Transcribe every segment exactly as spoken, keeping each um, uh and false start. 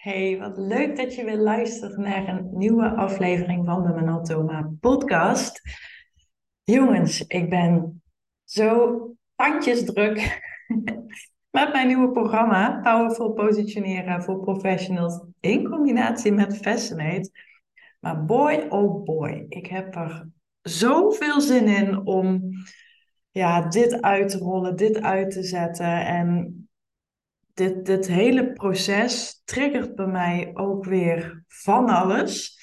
Hey, wat leuk dat je weer luistert naar een nieuwe aflevering van de Manatoma podcast. Jongens, ik ben zo tandjesdruk met mijn nieuwe programma Powerful Positioneren voor Professionals in combinatie met Fascinate. Maar boy, oh boy, ik heb er zoveel zin in om ja, dit uit te rollen, dit uit te zetten. En dit, dit hele proces triggert bij mij ook weer van alles.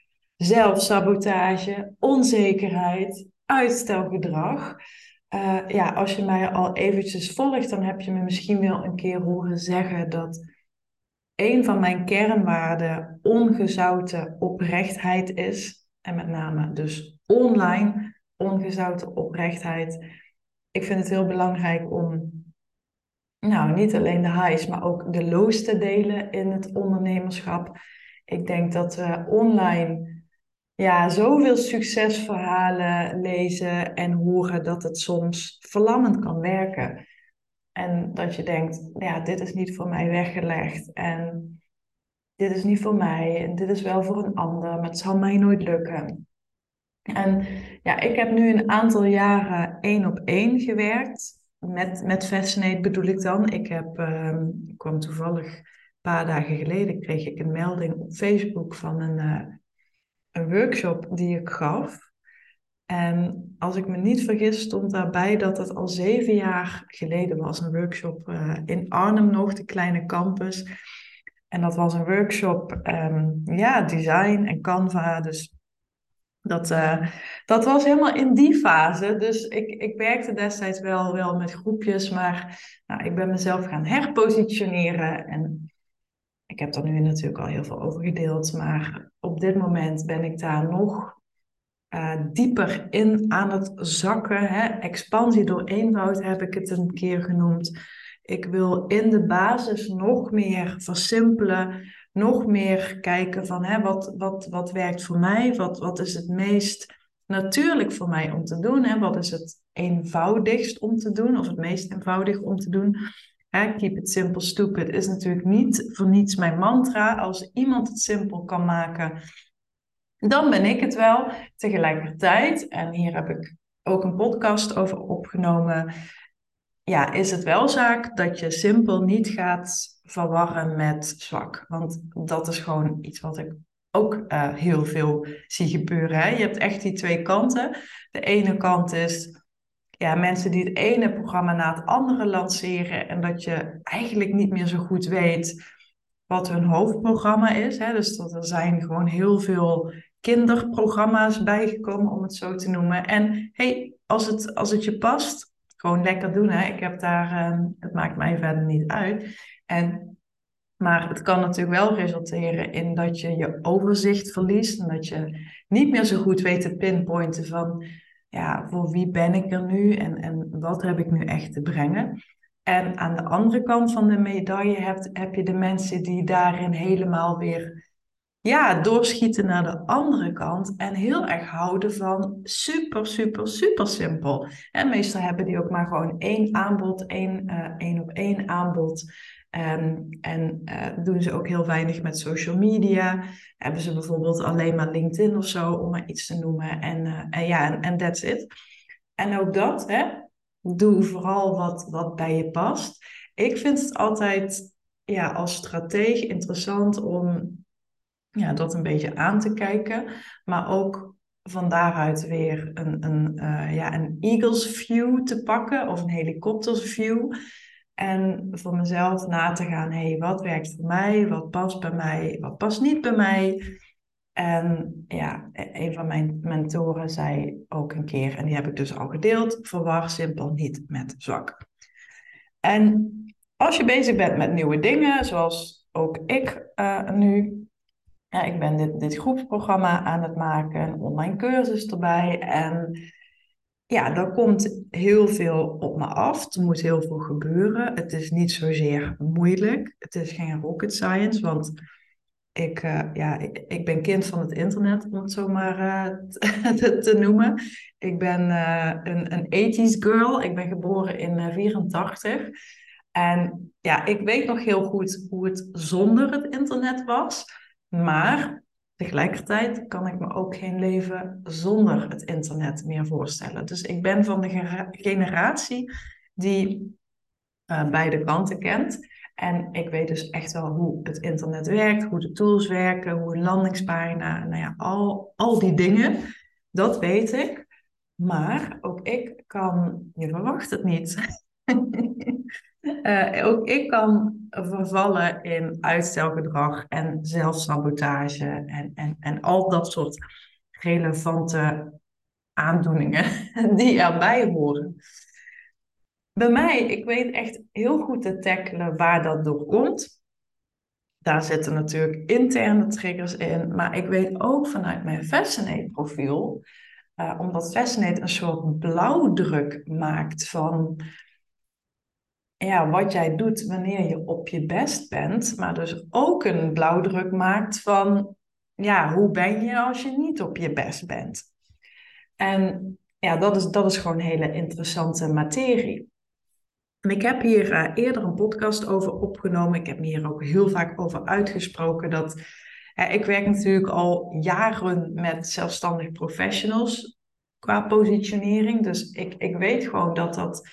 Zelfsabotage, onzekerheid, uitstelgedrag. Uh, ja, als je mij al eventjes volgt, dan heb je me misschien wel een keer horen zeggen dat een van mijn kernwaarden ongezouten oprechtheid is. En met name dus online ongezouten oprechtheid. Ik vind het heel belangrijk om nou, niet alleen de highs, maar ook de lows te delen in het ondernemerschap. Ik denk dat we online ja, zoveel succesverhalen lezen en horen dat het soms verlammend kan werken. En dat je denkt, ja, dit is niet voor mij weggelegd en dit is niet voor mij en dit is wel voor een ander, maar het zal mij nooit lukken. En ja, ik heb nu een aantal jaren één op één gewerkt. Met, met Fascinate bedoel ik dan. Ik heb, ehm, ik kwam toevallig een paar dagen geleden, kreeg ik een melding op Facebook van een, eh, een workshop die ik gaf. En als ik me niet vergis, stond daarbij dat het al zeven jaar geleden was. Een workshop eh, in Arnhem nog, de kleine campus. En dat was een workshop, ehm, ja, design en Canva. Dus dat, uh, dat was helemaal in die fase. Dus ik, ik werkte destijds wel, wel met groepjes, maar nou, ik ben mezelf gaan herpositioneren. En ik heb er nu natuurlijk al heel veel over gedeeld, maar op dit moment ben ik daar nog uh, dieper in aan het zakken. Hè? Expansie door eenvoud heb ik het een keer genoemd. Ik wil in de basis nog meer versimpelen, nog meer kijken van hè, wat, wat, wat werkt voor mij, wat, wat is het meest natuurlijk voor mij om te doen, hè? Wat is het eenvoudigst om te doen of het meest eenvoudig om te doen. Hè? Keep it simple, stupid is natuurlijk niet voor niets mijn mantra. Als iemand het simpel kan maken, dan ben ik het wel. Tegelijkertijd, en hier heb ik ook een podcast over opgenomen, ja, is het wel zaak dat je simpel niet gaat verwarren met zwak. Want dat is gewoon iets wat ik ook uh, heel veel zie gebeuren. Hè? Je hebt echt die twee kanten. De ene kant is ja, mensen die het ene programma na het andere lanceren en dat je eigenlijk niet meer zo goed weet wat hun hoofdprogramma is. Hè? Dus dat er zijn gewoon heel veel kinderprogramma's bijgekomen, om het zo te noemen. En hey, als het, als het je past, gewoon lekker doen. Hè? Ik heb daar, uh, het maakt mij verder niet uit. En, maar het kan natuurlijk wel resulteren in dat je je overzicht verliest en dat je niet meer zo goed weet te pinpointen van, ja, voor wie ben ik er nu en, en wat heb ik nu echt te brengen. En aan de andere kant van de medaille hebt, heb je de mensen die daarin helemaal weer ja, doorschieten naar de andere kant en heel erg houden van super, super, super simpel. En meestal hebben die ook maar gewoon één aanbod, één, uh, één op één aanbod. Um, en uh, doen ze ook heel weinig met social media. Hebben ze bijvoorbeeld alleen maar LinkedIn of zo, om maar iets te noemen. En, uh, en ja, en that's it. En ook dat, hè, doe vooral wat, wat bij je past. Ik vind het altijd ja, als stratege interessant om ja, dat een beetje aan te kijken. Maar ook van daaruit weer een, een, uh, ja, een eagle's view te pakken of een helikopters view. En voor mezelf na te gaan, hé, hey, wat werkt voor mij? Wat past bij mij? Wat past niet bij mij? En ja, een van mijn mentoren zei ook een keer, en die heb ik dus al gedeeld, verwar simpel niet met zwak. En als je bezig bent met nieuwe dingen, zoals ook ik uh, nu, ja, ik ben dit, dit groepsprogramma aan het maken, een online cursus erbij. En ja, er komt heel veel op me af. Er moet heel veel gebeuren. Het is niet zozeer moeilijk. Het is geen rocket science, want ik, uh, ja, ik, ik ben kind van het internet, om het zo maar uh, te, te noemen. Ik ben uh, een, een tachtiger girl. Ik ben geboren in uh, vierentachtig. En ja, ik weet nog heel goed hoe het zonder het internet was. Maar tegelijkertijd kan ik me ook geen leven zonder het internet meer voorstellen. Dus ik ben van de gera- generatie die uh, beide kanten kent. En ik weet dus echt wel hoe het internet werkt, hoe de tools werken, hoe een landingspagina, nou ja, al, al die dingen, dat weet ik. Maar ook ik kan, je verwacht het niet. Uh, ook ik kan vervallen in uitstelgedrag en zelfsabotage en, en, en al dat soort relevante aandoeningen die erbij horen. Bij mij, ik weet echt heel goed te tackelen waar dat door komt. Daar zitten natuurlijk interne triggers in, maar ik weet ook vanuit mijn Fascinate profiel, uh, omdat Fascinate een soort blauwdruk maakt van ja, wat jij doet wanneer je op je best bent, maar dus ook een blauwdruk maakt van ja, hoe ben je als je niet op je best bent? En ja, dat is, dat is gewoon hele interessante materie. Ik heb hier uh, eerder een podcast over opgenomen. Ik heb me hier ook heel vaak over uitgesproken dat uh, ik werk natuurlijk al jaren met zelfstandig professionals qua positionering. Dus ik, ik weet gewoon dat dat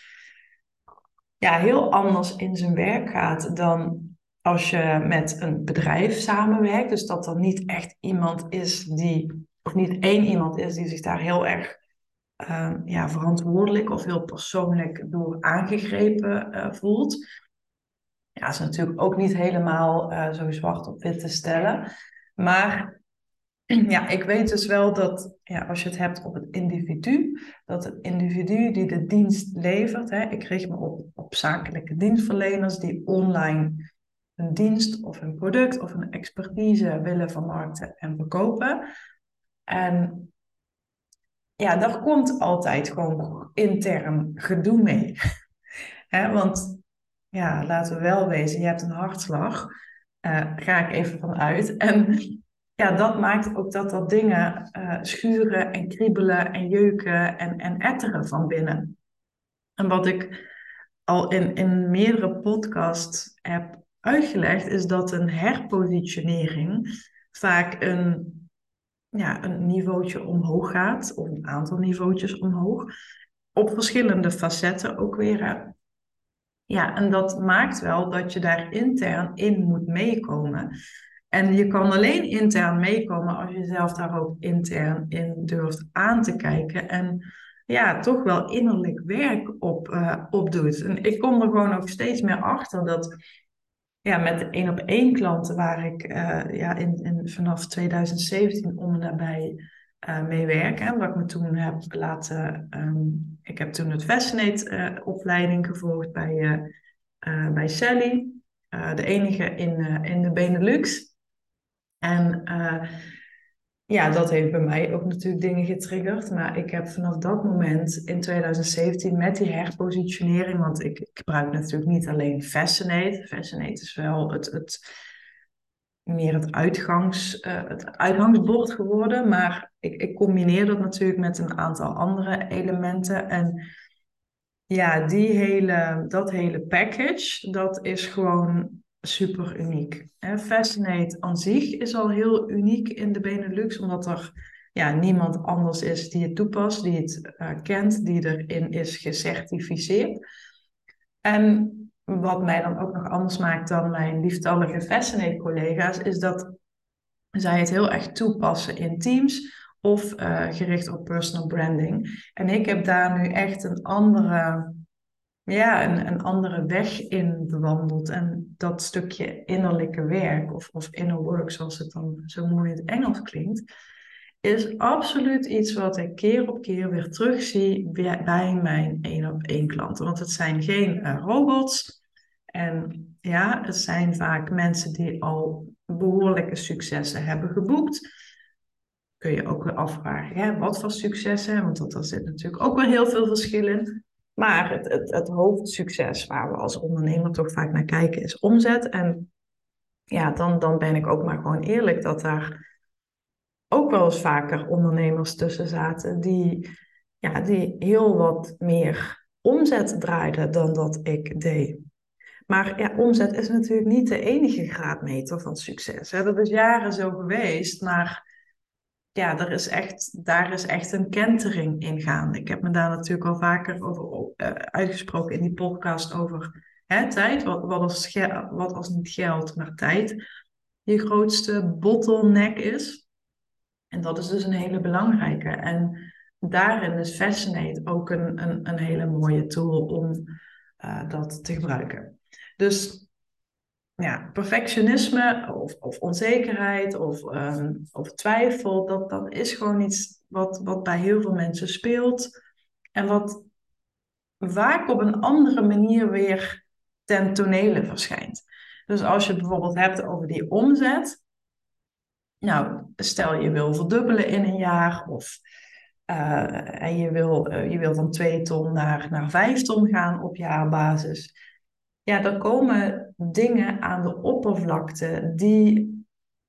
ja, heel anders in zijn werk gaat dan als je met een bedrijf samenwerkt. Dus dat er niet echt iemand is die, of niet één iemand is die zich daar heel erg uh, ja, verantwoordelijk of heel persoonlijk door aangegrepen uh, voelt. Ja, is natuurlijk ook niet helemaal uh, zo zwart op wit te stellen. Maar ja, ik weet dus wel dat ja, als je het hebt op het individu, dat het individu die de dienst levert, hè, ik richt me op, op zakelijke dienstverleners die online een dienst of een product of een expertise willen vermarkten en verkopen. En ja, daar komt altijd gewoon intern gedoe mee. Hè, want ja, laten we wel wezen, je hebt een hartslag. Uh, ga ik even vanuit. En ja, dat maakt ook dat dat dingen uh, schuren en kriebelen en jeuken en, en etteren van binnen. En wat ik al in, in meerdere podcasts heb uitgelegd, is dat een herpositionering vaak een, ja, een niveautje omhoog gaat, of een aantal niveautjes omhoog, op verschillende facetten ook weer. Hè. Ja, en dat maakt wel dat je daar intern in moet meekomen. En je kan alleen intern meekomen als je zelf daar ook intern in durft aan te kijken. En ja, toch wel innerlijk werk op, uh, op doet. En ik kom er gewoon ook steeds meer achter dat ja, met de één op één klanten waar ik uh, ja, in, in, vanaf twintig zeventien om en nabij uh, mee werk. Hè, wat ik me toen heb laten... Um, ik heb toen het Fascinate uh, opleiding gevolgd bij, uh, uh, bij Sally. Uh, de enige in, uh, in de Benelux. En uh, ja, dat heeft bij mij ook natuurlijk dingen getriggerd. Maar ik heb vanaf dat moment in twintig zeventien met die herpositionering, want ik, ik gebruik natuurlijk niet alleen Fascinate. Fascinate is wel het, het, meer het, uitgangs, uh, het uitgangsbord geworden. Maar ik, ik combineer dat natuurlijk met een aantal andere elementen. En ja, die hele, dat hele package, dat is gewoon super uniek. Hè, Fascinate aan zich is al heel uniek in de Benelux, omdat er ja, niemand anders is die het toepast, die het uh, kent, die erin is gecertificeerd. En wat mij dan ook nog anders maakt dan mijn lieftallige Fascinate-collega's, is dat zij het heel erg toepassen in teams of uh, gericht op personal branding. En ik heb daar nu echt een andere ja, een, een andere weg in bewandeld. En dat stukje innerlijke werk, of, of inner work, zoals het dan zo mooi in het Engels klinkt, is absoluut iets wat ik keer op keer weer terugzie bij, bij mijn één op één klanten. Want het zijn geen uh, robots. En ja, het zijn vaak mensen die al behoorlijke successen hebben geboekt. Kun je ook weer afvragen, hè, wat voor successen? Want dat, daar zit natuurlijk ook weer heel veel verschil in. Maar het, het, het hoofdsucces waar we als ondernemer toch vaak naar kijken is omzet. En ja, dan, dan ben ik ook maar gewoon eerlijk dat daar ook wel eens vaker ondernemers tussen zaten die, ja, die heel wat meer omzet draaiden dan dat ik deed. Maar ja, omzet is natuurlijk niet de enige graadmeter van succes. Hè. Dat is jaren zo geweest, maar ja, er is echt, daar is echt een kentering in gaande. Ik heb me daar natuurlijk al vaker over uh, uitgesproken in die podcast over hè, tijd. Wat, wat, als ge- wat als niet geld, maar tijd je grootste bottleneck is. En dat is dus een hele belangrijke. En daarin is Fascinate ook een, een, een hele mooie tool om uh, dat te gebruiken. Dus ja, perfectionisme of, of onzekerheid of, um, of twijfel, dat, dat is gewoon iets wat, wat bij heel veel mensen speelt. En wat vaak op een andere manier weer ten tonele verschijnt. Dus als je het bijvoorbeeld hebt over die omzet. Nou, stel je wil verdubbelen in een jaar of uh, en je wil, uh, je wil van twee ton naar, naar vijf ton gaan op jaarbasis. Ja, dan komen dingen aan de oppervlakte die,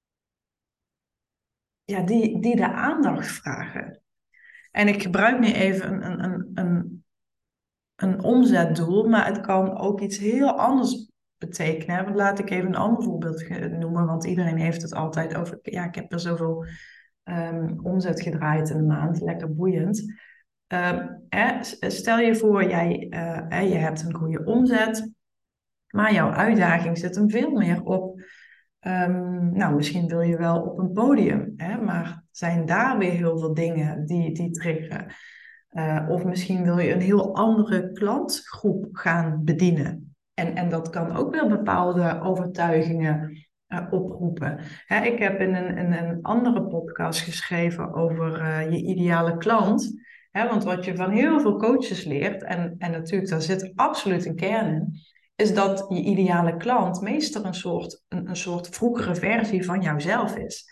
ja, die, die de aandacht vragen. En ik gebruik nu even een, een, een, een omzetdoel, maar het kan ook iets heel anders betekenen. Want laat ik even een ander voorbeeld noemen, want iedereen heeft het altijd over, ja, ik heb er zoveel um, omzet gedraaid in een maand, lekker boeiend. Um, eh, stel je voor, jij, uh, eh, je hebt een goede omzet, maar jouw uitdaging zit hem veel meer op. Um, nou, misschien wil je wel op een podium, hè, maar zijn daar weer heel veel dingen die, die triggeren. Uh, of misschien wil je een heel andere klantgroep gaan bedienen. En, en dat kan ook weer bepaalde overtuigingen uh, oproepen. Hè, ik heb in een, in een andere podcast geschreven over uh, je ideale klant. Hè, want wat je van heel veel coaches leert, en, en natuurlijk daar zit absoluut een kern in, is dat je ideale klant meestal een soort, een, een soort vroegere versie van jouzelf is.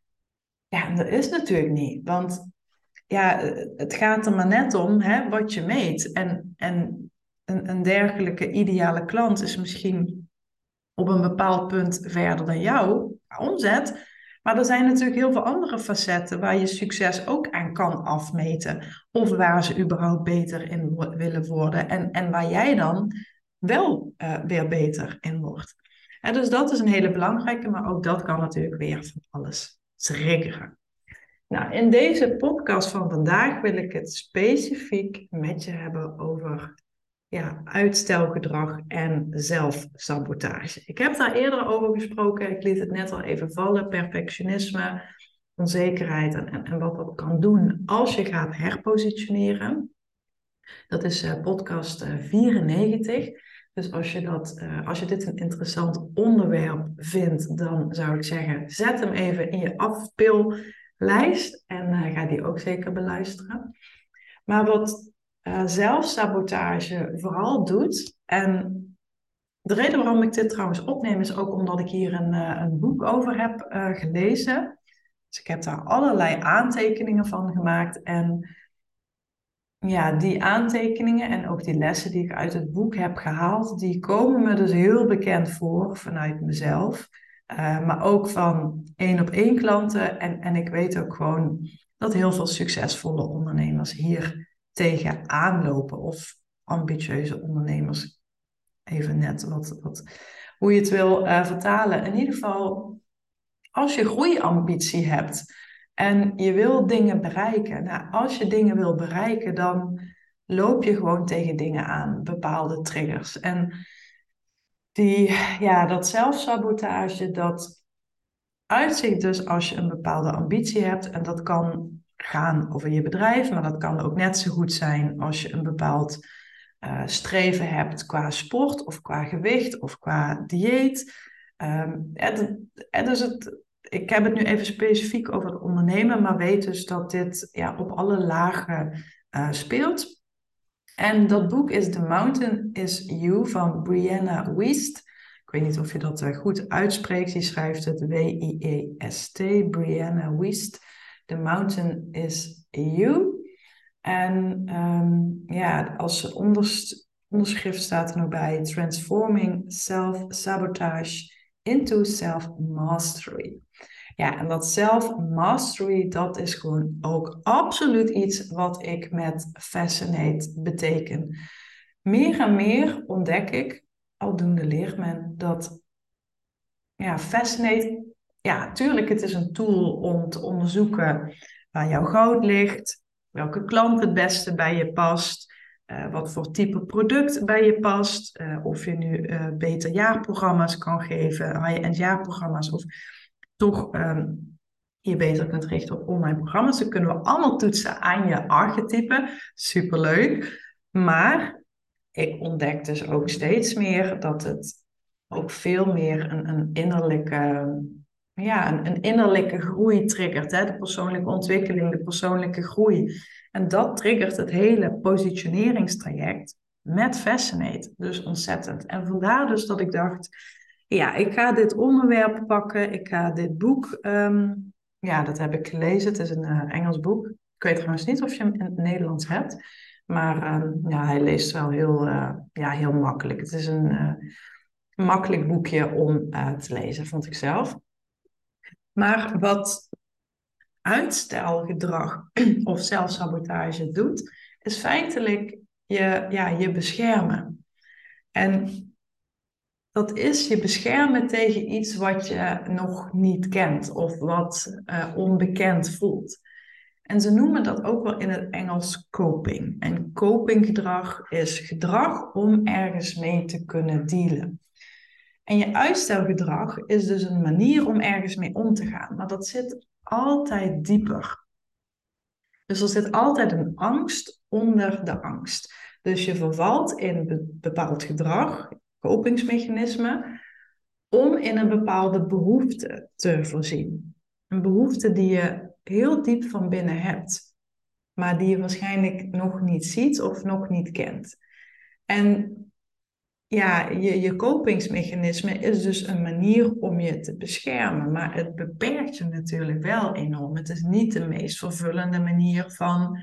Ja, en dat is natuurlijk niet, want ja, het gaat er maar net om hè, wat je meet. En, en een, een dergelijke ideale klant is misschien op een bepaald punt verder dan jou, omzet. Maar er zijn natuurlijk heel veel andere facetten waar je succes ook aan kan afmeten. Of waar ze überhaupt beter in willen worden. En, en waar jij dan wel uh, weer beter in wordt. En dus dat is een hele belangrijke, maar ook dat kan natuurlijk weer van alles triggeren. Nou, in deze podcast van vandaag wil ik het specifiek met je hebben over ja, uitstelgedrag en zelfsabotage. Ik heb daar eerder over gesproken, ik liet het net al even vallen, perfectionisme, onzekerheid en, en, en wat dat kan doen als je gaat herpositioneren. Dat is uh, podcast uh, vierennegentig. Dus als je, dat, uh, als je dit een interessant onderwerp vindt, dan zou ik zeggen, zet hem even in je afspeellijst en uh, ga die ook zeker beluisteren. Maar wat uh, zelfsabotage vooral doet, en de reden waarom ik dit trouwens opneem is ook omdat ik hier een, uh, een boek over heb uh, gelezen. Dus ik heb daar allerlei aantekeningen van gemaakt en ja, die aantekeningen en ook die lessen die ik uit het boek heb gehaald, die komen me dus heel bekend voor vanuit mezelf. Uh, maar ook van één op één klanten. En, en ik weet ook gewoon dat heel veel succesvolle ondernemers hier tegenaan lopen. Of ambitieuze ondernemers. Even net wat, wat, hoe je het wil uh, vertalen. In ieder geval, als je groeiambitie hebt en je wil dingen bereiken. Nou, als je dingen wil bereiken, dan loop je gewoon tegen dingen aan, bepaalde triggers. En die, ja, dat zelfsabotage, dat uitzicht dus als je een bepaalde ambitie hebt. En dat kan gaan over je bedrijf, maar dat kan ook net zo goed zijn als je een bepaald uh, streven hebt qua sport of qua gewicht of qua dieet. Um, en, en dus het, ik heb het nu even specifiek over het ondernemen, maar weet dus dat dit ja, op alle lagen uh, speelt. En dat boek is The Mountain is You van Brianna Wiest. Ik weet niet of je dat uh, goed uitspreekt. Die schrijft het W I E S T, Brianna Wiest. The Mountain is You. En um, ja, als onderst- onderschrift staat er nog bij Transforming Self-Sabotage into Self-Mastery. Ja, en dat self-mastery, dat is gewoon ook absoluut iets wat ik met Fascinate beteken. Meer en meer ontdek ik, aldoende leert men dat ja, Fascinate, ja, tuurlijk, het is een tool om te onderzoeken waar jouw goud ligt, welke klant het beste bij je past, uh, wat voor type product bij je past, uh, of je nu uh, beter jaarprogramma's kan geven, high-end jaarprogramma's, of toch um, je beter kunt richten op online programma's. Dat kunnen we allemaal toetsen aan je archetype. Superleuk. Maar ik ontdek dus ook steeds meer dat het ook veel meer een, een innerlijke, ja, een, een innerlijke groei triggert. Hè? De persoonlijke ontwikkeling, de persoonlijke groei. En dat triggert het hele positioneringstraject met Fascinate. Dus ontzettend. En vandaar dus dat ik dacht, ja, ik ga dit onderwerp pakken. Ik ga dit boek, um, ja, dat heb ik gelezen. Het is een uh, Engels boek. Ik weet trouwens niet of je hem in het Nederlands hebt. Maar um, ja, hij leest wel heel, uh, ja, heel makkelijk. Het is een uh, makkelijk boekje om uh, te lezen, vond ik zelf. Maar wat uitstelgedrag of zelfsabotage doet, is feitelijk je, ja, je beschermen. En dat is je beschermen tegen iets wat je nog niet kent of wat uh, onbekend voelt. En ze noemen dat ook wel in het Engels coping. En copinggedrag is gedrag om ergens mee te kunnen dealen. En je uitstelgedrag is dus een manier om ergens mee om te gaan. Maar dat zit altijd dieper. Dus er zit altijd een angst onder de angst. Dus je vervalt in een bepaald gedrag, kopingsmechanisme, om in een bepaalde behoefte te voorzien. Een behoefte die je heel diep van binnen hebt, maar die je waarschijnlijk nog niet ziet of nog niet kent. En ja, je, je kopingsmechanisme is dus een manier om je te beschermen, maar het beperkt je natuurlijk wel enorm. Het is niet de meest vervullende manier van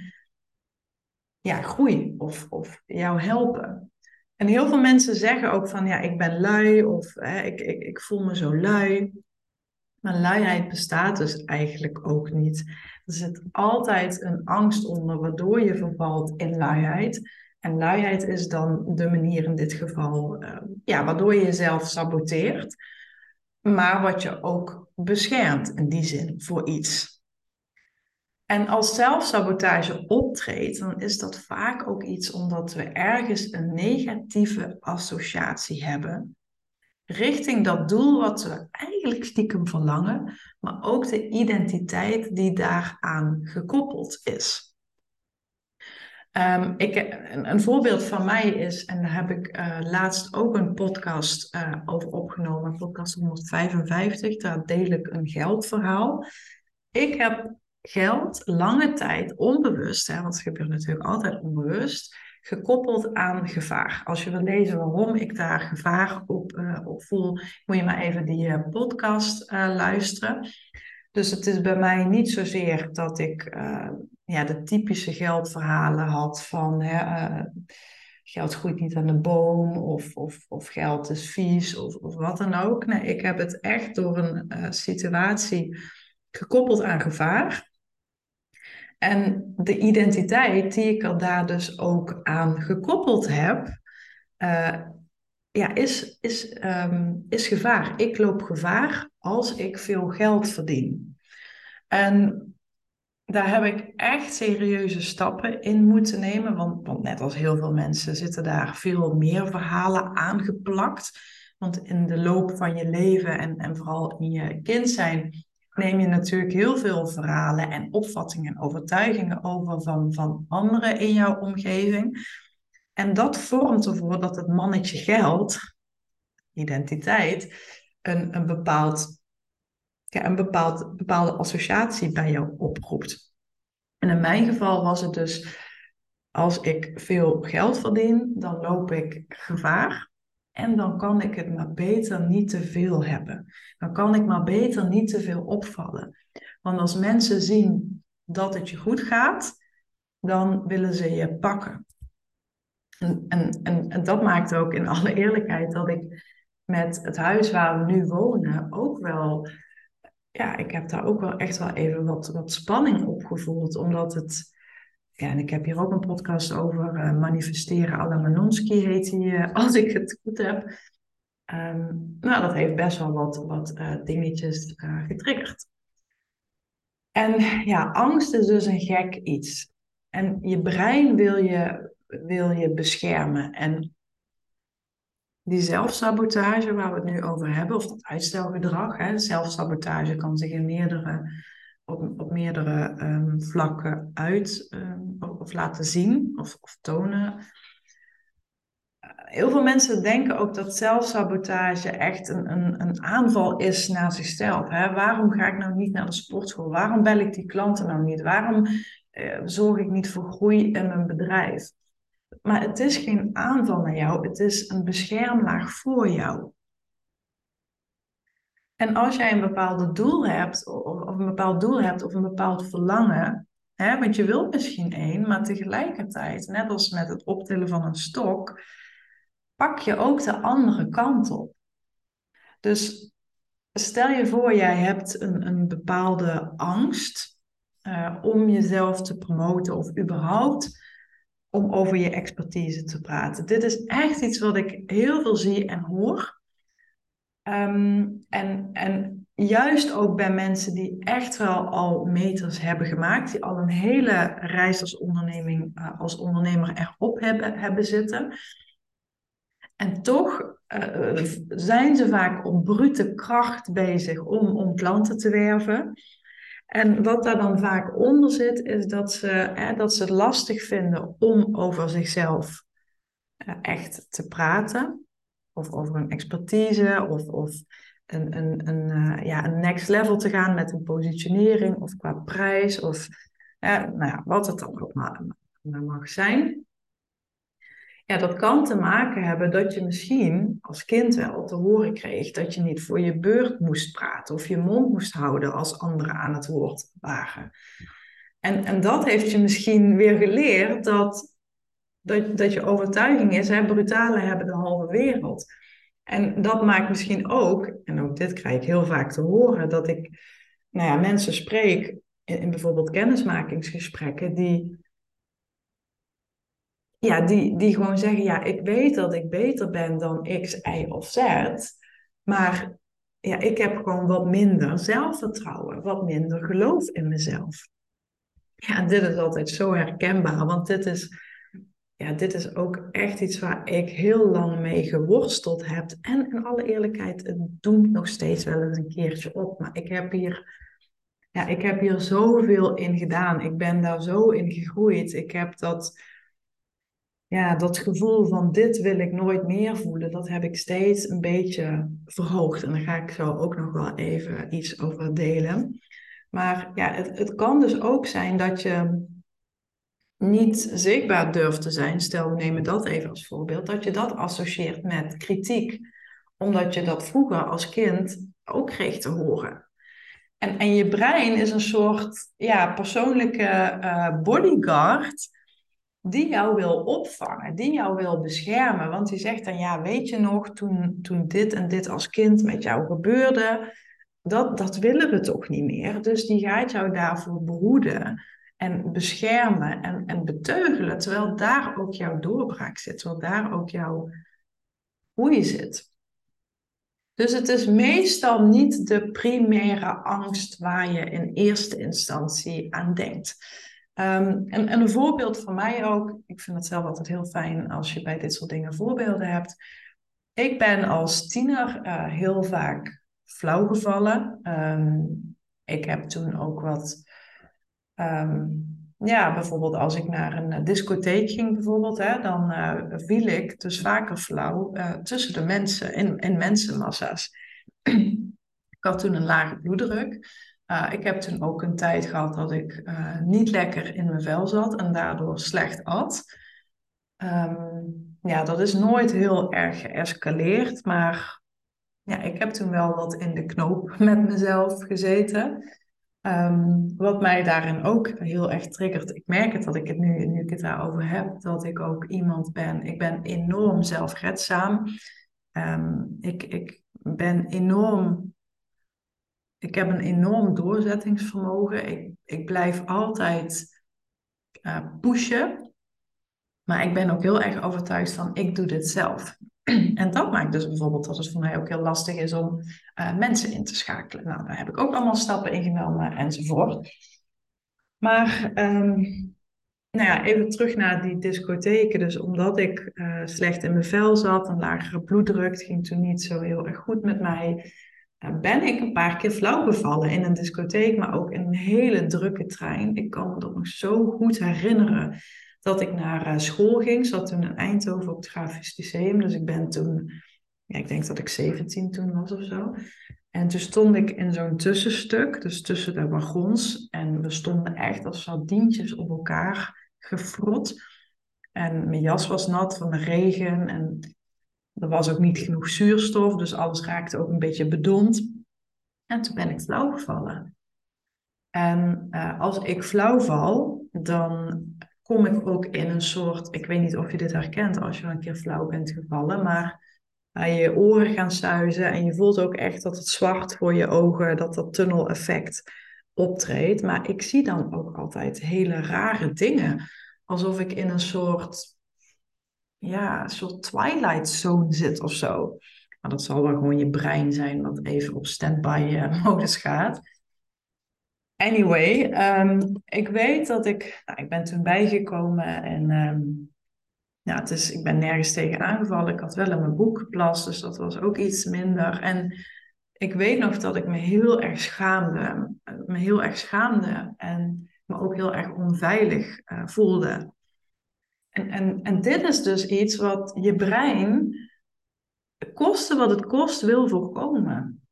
ja, groei of, of jou helpen. En heel veel mensen zeggen ook van ja, ik ben lui of hè, ik, ik, ik voel me zo lui. Maar luiheid bestaat dus eigenlijk ook niet. Er zit altijd een angst onder waardoor je vervalt in luiheid. En luiheid is dan de manier in dit geval, uh, ja, waardoor je jezelf saboteert. Maar wat je ook beschermt in die zin voor iets. En als zelfsabotage optreedt, dan is dat vaak ook iets omdat we ergens een negatieve associatie hebben richting dat doel wat we eigenlijk stiekem verlangen, maar ook de identiteit die daaraan gekoppeld is. Um, ik, een, een voorbeeld van mij is, en daar heb ik uh, laatst ook een podcast uh, over opgenomen, podcast honderdvijfenvijftig, daar deel ik een geldverhaal. Ik heb geld lange tijd onbewust, hè, want het gebeurt natuurlijk altijd onbewust, gekoppeld aan gevaar. Als je wil lezen waarom ik daar gevaar op, uh, op voel, moet je maar even die uh, podcast uh, luisteren. Dus het is bij mij niet zozeer dat ik uh, ja, de typische geldverhalen had van hè, uh, geld groeit niet aan de boom of, of, of geld is vies of, of wat dan ook. Nee, ik heb het echt door een uh, situatie gekoppeld aan gevaar. En de identiteit die ik er daar dus ook aan gekoppeld heb, uh, ja, is, is, um, is gevaar. Ik loop gevaar als ik veel geld verdien. En daar heb ik echt serieuze stappen in moeten nemen, want, want net als heel veel mensen zitten daar veel meer verhalen aangeplakt. Want in de loop van je leven en, en vooral in je kind zijn neem je natuurlijk heel veel verhalen en opvattingen en overtuigingen over van, van anderen in jouw omgeving. En dat vormt ervoor dat het mannetje geld, identiteit, een, een, bepaald, ja, een bepaald, bepaalde associatie bij jou oproept. En in mijn geval was het dus, als ik veel geld verdien, dan loop ik gevaar. En dan kan ik het maar beter niet te veel hebben. Dan kan ik maar beter niet te veel opvallen. Want als mensen zien dat het je goed gaat, dan willen ze je pakken. En, en, en, en dat maakt ook in alle eerlijkheid dat ik met het huis waar we nu wonen ook wel... Ja, ik heb daar ook wel echt wel even wat, wat spanning op gevoeld. Omdat het... Ja, en ik heb hier ook een podcast over. Uh, manifesteren à la Manonsky heet die, uh, als ik het goed heb. Um, nou, dat heeft best wel wat, wat uh, dingetjes uh, getriggerd. En ja, angst is dus een gek iets. En je brein wil je, wil je beschermen. En die zelfsabotage waar we het nu over hebben, of dat uitstelgedrag, hè, zelfsabotage kan zich in meerdere, op, op meerdere um, vlakken uit um, of laten zien of, of tonen. Heel veel mensen denken ook dat zelfsabotage echt een, een, een aanval is naar zichzelf. Hè? Waarom ga ik nou niet naar de sportschool? Waarom bel ik die klanten nou niet? Waarom eh, zorg ik niet voor groei in mijn bedrijf? Maar het is geen aanval naar jou, het is een beschermlaag voor jou. En als jij een bepaald doel hebt, of, of een bepaald doel hebt, of een bepaald verlangen, hè, want je wilt misschien één, maar tegelijkertijd, net als met het optillen van een stok, pak je ook de andere kant op. Dus stel je voor, jij hebt een, een bepaalde angst uh, om jezelf te promoten of überhaupt om over je expertise te praten. Dit is echt iets wat ik heel veel zie en hoor. Um, en, en juist ook bij mensen die echt wel al meters hebben gemaakt, die al een hele reis als, onderneming, uh, als ondernemer erop hebben, hebben zitten. En toch uh, zijn ze vaak op brute kracht bezig om, om klanten te werven. En wat daar dan vaak onder zit, is dat ze, hè, dat ze het lastig vinden om over zichzelf uh, echt te praten. Of over een expertise, of, of een, een, een, uh, ja, een next level te gaan met een positionering, of qua prijs, of uh, nou ja, wat het dan ook maar, maar mag zijn. Ja, dat kan te maken hebben dat je misschien als kind wel te horen kreeg dat je niet voor je beurt moest praten of je mond moest houden als anderen aan het woord waren. En, en dat heeft je misschien weer geleerd dat, dat, dat je overtuiging is, hè, brutalen hebben de halve wereld. En dat maakt misschien ook, en ook dit krijg ik heel vaak te horen, dat ik nou ja, mensen spreek in, in bijvoorbeeld kennismakingsgesprekken die... Ja, die, die gewoon zeggen, ja, ik weet dat ik beter ben dan X, Y of Z, maar ja, ik heb gewoon wat minder zelfvertrouwen, wat minder geloof in mezelf. Ja, en dit is altijd zo herkenbaar, want dit is, ja, dit is ook echt iets waar ik heel lang mee geworsteld heb. En in alle eerlijkheid, het doet nog steeds wel eens een keertje op, maar ik heb hier... Ja, ik heb hier zoveel in gedaan. Ik ben daar zo in gegroeid. Ik heb dat... Ja, dat gevoel van dit wil ik nooit meer voelen, dat heb ik steeds een beetje verhoogd. En daar ga ik zo ook nog wel even iets over delen. Maar ja, het, het kan dus ook zijn dat je niet zichtbaar durft te zijn. Stel, we nemen dat even als voorbeeld. Dat je dat associeert met kritiek. Omdat je dat vroeger als kind ook kreeg te horen. En, en je brein is een soort ja, persoonlijke uh, bodyguard die jou wil opvangen, die jou wil beschermen. Want die zegt dan, ja, weet je nog, toen, toen dit en dit als kind met jou gebeurde, dat, dat willen we toch niet meer. Dus die gaat jou daarvoor behoeden en beschermen en, en beteugelen, terwijl daar ook jouw doorbraak zit, terwijl daar ook jouw groei zit. Dus het is meestal niet de primaire angst waar je in eerste instantie aan denkt. Um, en, en een voorbeeld van mij ook, ik vind het zelf altijd heel fijn als je bij dit soort dingen voorbeelden hebt. Ik ben als tiener uh, heel vaak flauw gevallen. Um, ik heb toen ook wat, um, ja, bijvoorbeeld als ik naar een discotheek ging bijvoorbeeld, hè, dan uh, viel ik dus vaker flauw uh, tussen de mensen, in, in mensenmassa's. Ik had toen een lage bloeddruk. Uh, ik heb toen ook een tijd gehad dat ik uh, niet lekker in mijn vel zat en daardoor slecht at. Um, ja, dat is nooit heel erg geëscaleerd, maar ja, ik heb toen wel wat in de knoop met mezelf gezeten. Um, wat mij daarin ook heel erg triggert. Ik merk het dat ik het nu, nu ik het daarover heb, dat ik ook iemand ben. Ik ben enorm zelfredzaam. Um, ik, ik ben enorm... Ik heb een enorm doorzettingsvermogen. Ik, ik blijf altijd uh, pushen. Maar ik ben ook heel erg overtuigd van, ik doe dit zelf. En dat maakt dus bijvoorbeeld dat het voor mij ook heel lastig is om uh, mensen in te schakelen. Nou, daar heb ik ook allemaal stappen in genomen enzovoort. Maar um, nou ja, even terug naar die discotheken. Dus omdat ik uh, slecht in mijn vel zat, een lagere bloeddruk, het ging toen niet zo heel erg goed met mij, uh, ben ik een paar keer flauw gevallen in een discotheek, maar ook in een hele drukke trein. Ik kan me dat nog zo goed herinneren dat ik naar uh, school ging. Ik zat toen in Eindhoven op het Grafisch Lyceum, dus ik ben toen, ja, ik denk dat ik zeventien toen was of zo. En toen stond ik in zo'n tussenstuk, dus tussen de wagons. En we stonden echt als sardientjes op elkaar gefrot. En mijn jas was nat van de regen. En er was ook niet genoeg zuurstof, dus alles raakte ook een beetje bedompt. En toen ben ik flauw gevallen. En uh, als ik flauw val, dan kom ik ook in een soort... Ik weet niet of je dit herkent als je een keer flauw bent gevallen, maar... Uh, je oren gaan suizen en je voelt ook echt dat het zwart voor je ogen, dat dat tunneleffect optreedt. Maar ik zie dan ook altijd hele rare dingen. Alsof ik in een soort, ja, een soort twilight zone zit of zo. Maar dat zal wel gewoon je brein zijn wat even op standby uh, modus gaat. Anyway, um, ik weet dat ik, nou, ik ben toen bijgekomen en... Um, Ja, het is, ik ben nergens tegen aangevallen. Ik had wel in mijn boek geplast, dus dat was ook iets minder. En ik weet nog dat ik me heel erg schaamde. Me heel erg schaamde en me ook heel erg onveilig uh, voelde. En, en, en dit is dus iets wat je brein, koste wat het kost, wil voorkomen.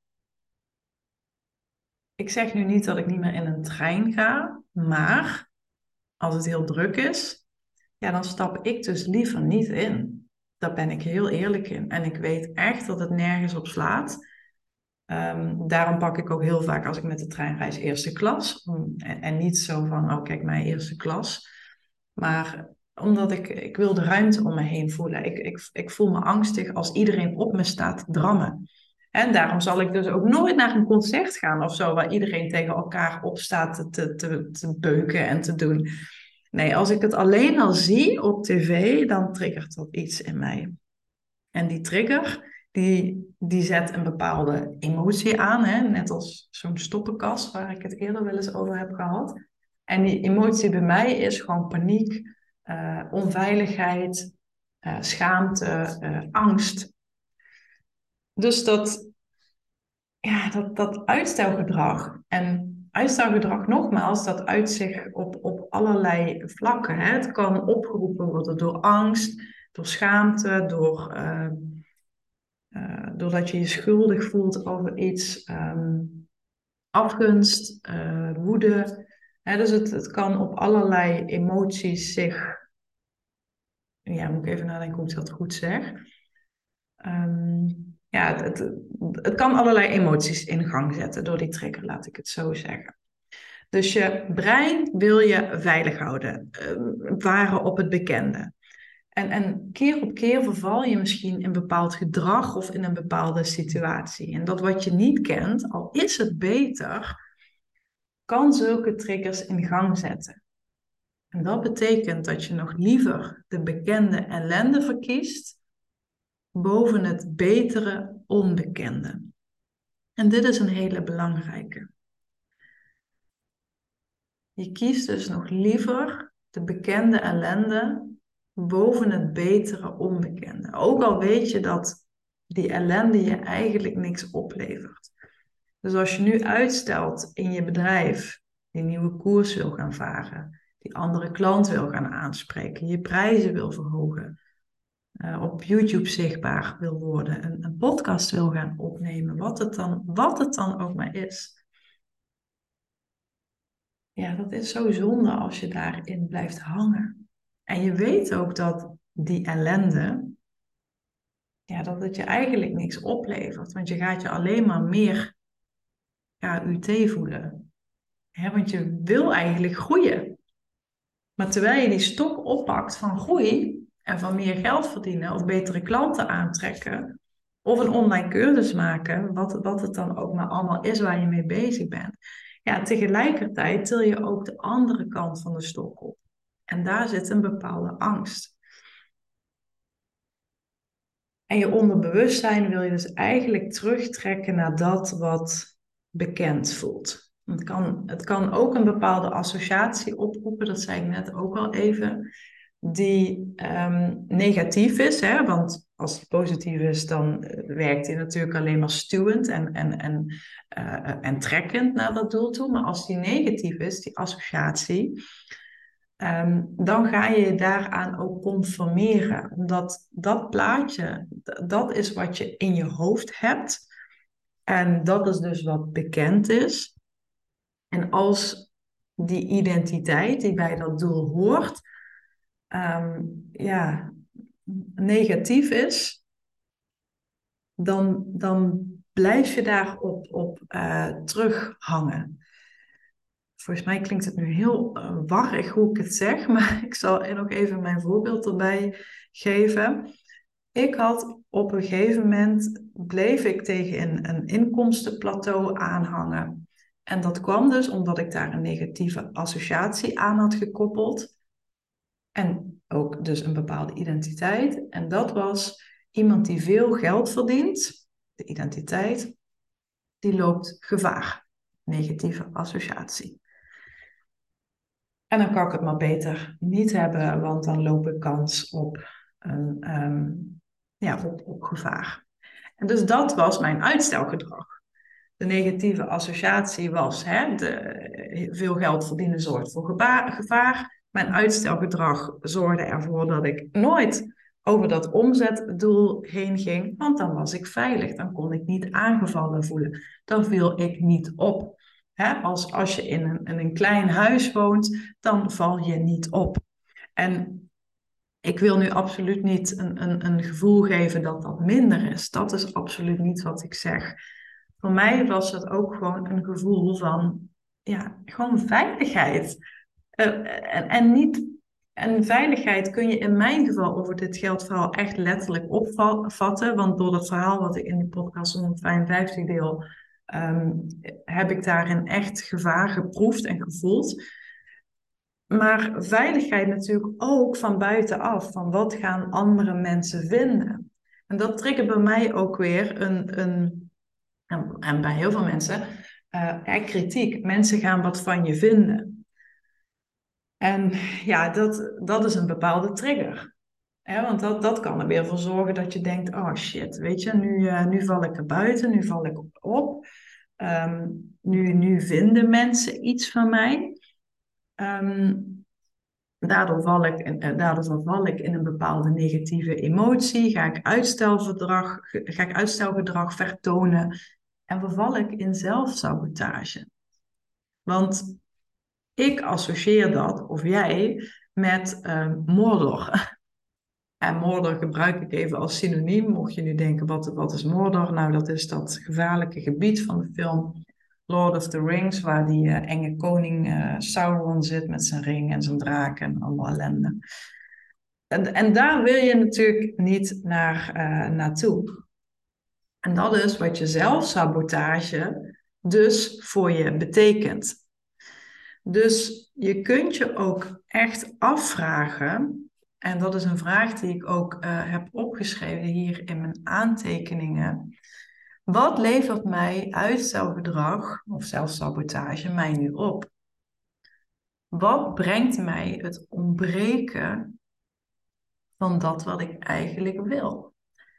Ik zeg nu niet dat ik niet meer in een trein ga, maar als het heel druk is... Ja, dan stap ik dus liever niet in. Daar ben ik heel eerlijk in. En ik weet echt dat het nergens op slaat. Um, daarom pak ik ook heel vaak als ik met de trein reis eerste klas. Um, en, en niet zo van, oh kijk, mijn eerste klas. Maar omdat ik, ik wil de ruimte om me heen voelen. Ik, ik, ik voel me angstig als iedereen op me staat te drammen. En daarom zal ik dus ook nooit naar een concert gaan of zo, waar iedereen tegen elkaar op staat te, te, te beuken en te doen. Nee, als ik het alleen al zie op tv, dan triggert dat iets in mij. En die trigger, die, die zet een bepaalde emotie aan, hè? Net als zo'n stoppenkast waar ik het eerder wel eens over heb gehad. En die emotie bij mij is gewoon paniek, uh, onveiligheid, uh, schaamte, uh, angst. Dus dat, ja, dat, dat uitstelgedrag en... Uitstelgedrag, nogmaals, dat uit zich op, op allerlei vlakken. Hè. Het kan opgeroepen worden door angst, door schaamte, door, uh, uh, doordat je je schuldig voelt over iets, um, afgunst, uh, woede. Hè, dus het, het kan op allerlei emoties zich... Ja, moet ik even nadenken hoe ik dat goed zeg. Um, ja, het, het, het kan allerlei emoties in gang zetten door die trigger, laat ik het zo zeggen. Dus je brein wil je veilig houden, uh, varen op het bekende. En, en keer op keer verval je misschien in bepaald gedrag of in een bepaalde situatie. En dat wat je niet kent, al is het beter, kan zulke triggers in gang zetten. En dat betekent dat je nog liever de bekende ellende verkiest boven het betere onbekende. En dit is een hele belangrijke. Je kiest dus nog liever de bekende ellende boven het betere onbekende. Ook al weet je dat die ellende je eigenlijk niks oplevert. Dus als je nu uitstelt in je bedrijf, die nieuwe koers wil gaan varen, die andere klant wil gaan aanspreken, je prijzen wil verhogen, uh, op YouTube zichtbaar wil worden, een, een podcast wil gaan opnemen, wat het dan, wat het dan ook maar is. Ja, dat is zo zonde als je daarin blijft hangen. En je weet ook dat die ellende, ja, dat het je eigenlijk niks oplevert. Want je gaat je alleen maar meer K U T voelen. He, want je wil eigenlijk groeien. Maar terwijl je die stok oppakt van groei en van meer geld verdienen of betere klanten aantrekken of een online cursus maken, wat, wat het dan ook maar allemaal is waar je mee bezig bent. Ja, tegelijkertijd til je ook de andere kant van de stok op. En daar zit een bepaalde angst. En je onderbewustzijn wil je dus eigenlijk terugtrekken naar dat wat bekend voelt. Het kan, het kan ook een bepaalde associatie oproepen, dat zei ik net ook al even, die um, negatief is. Hè? Want als die positief is, dan werkt die natuurlijk alleen maar stuwend en, en, en, uh, en trekkend naar dat doel toe. Maar als die negatief is, die associatie, Um, dan ga je je daaraan ook conformeren. Omdat dat plaatje, dat is wat je in je hoofd hebt. En dat is dus wat bekend is. En als die identiteit die bij dat doel hoort, um, ja, negatief is, dan, dan blijf je daarop op, uh, terughangen. Volgens mij klinkt het nu heel uh, warrig hoe ik het zeg, maar ik zal nog even mijn voorbeeld erbij geven. Ik had op een gegeven moment, bleef ik tegen een, een inkomstenplateau aanhangen. En dat kwam dus omdat ik daar een negatieve associatie aan had gekoppeld. En ook dus een bepaalde identiteit. En dat was iemand die veel geld verdient, de identiteit, die loopt gevaar. Negatieve associatie. En dan kan ik het maar beter niet hebben, want dan loop ik kans op, een, um, ja, op, op gevaar. En dus dat was mijn uitstelgedrag. De negatieve associatie was, hè, de, veel geld verdienen zorgt voor gevaar, gevaar. Mijn uitstelgedrag zorgde ervoor dat ik nooit over dat omzetdoel heen ging, want dan was ik veilig, dan kon ik niet aangevallen voelen. Dan viel ik niet op. Hè, als, als je in een, in een klein huis woont, dan val je niet op. En ik wil nu absoluut niet een, een, een gevoel geven dat dat minder is. Dat is absoluut niet wat ik zeg. Voor mij was het ook gewoon een gevoel van, ja, gewoon veiligheid. Uh, en, en niet, en veiligheid kun je in mijn geval over dit geldverhaal echt letterlijk opvatten. Want door het verhaal wat ik in de podcast honderdvijfenvijftig deel, um, heb ik daarin echt gevaar geproefd en gevoeld. Maar veiligheid natuurlijk ook van buitenaf. Van wat gaan andere mensen vinden? En dat triggert bij mij ook weer een, een en, en bij heel veel mensen, uh, kritiek. Mensen gaan wat van je vinden. En ja, dat, dat is een bepaalde trigger. Hè, want dat, dat kan er weer voor zorgen dat je denkt, oh shit, weet je, nu, uh, nu val ik er buiten, nu val ik op. Um, nu, nu vinden mensen iets van mij. Um, Daardoor val, ik, uh, daardoor verval ik in een bepaalde negatieve emotie. Ga ik uitstelgedrag, ga ik uitstelgedrag vertonen. En verval ik in zelfsabotage. Want ik associeer dat, of jij, met uh, Mordor. En Mordor gebruik ik even als synoniem. Mocht je nu denken, wat, wat is Mordor? Nou, dat is dat gevaarlijke gebied van de film Lord of the Rings, waar die uh, enge koning uh, Sauron zit met zijn ring en zijn draak en allemaal ellende. En, en daar wil je natuurlijk niet naar, uh, naartoe. En dat is wat je zelfsabotage dus voor je betekent. Dus je kunt je ook echt afvragen, en dat is een vraag die ik ook uh, heb opgeschreven hier in mijn aantekeningen. Wat levert mij uitstelgedrag of zelfsabotage mij nu op? Wat brengt mij het ontbreken van dat wat ik eigenlijk wil?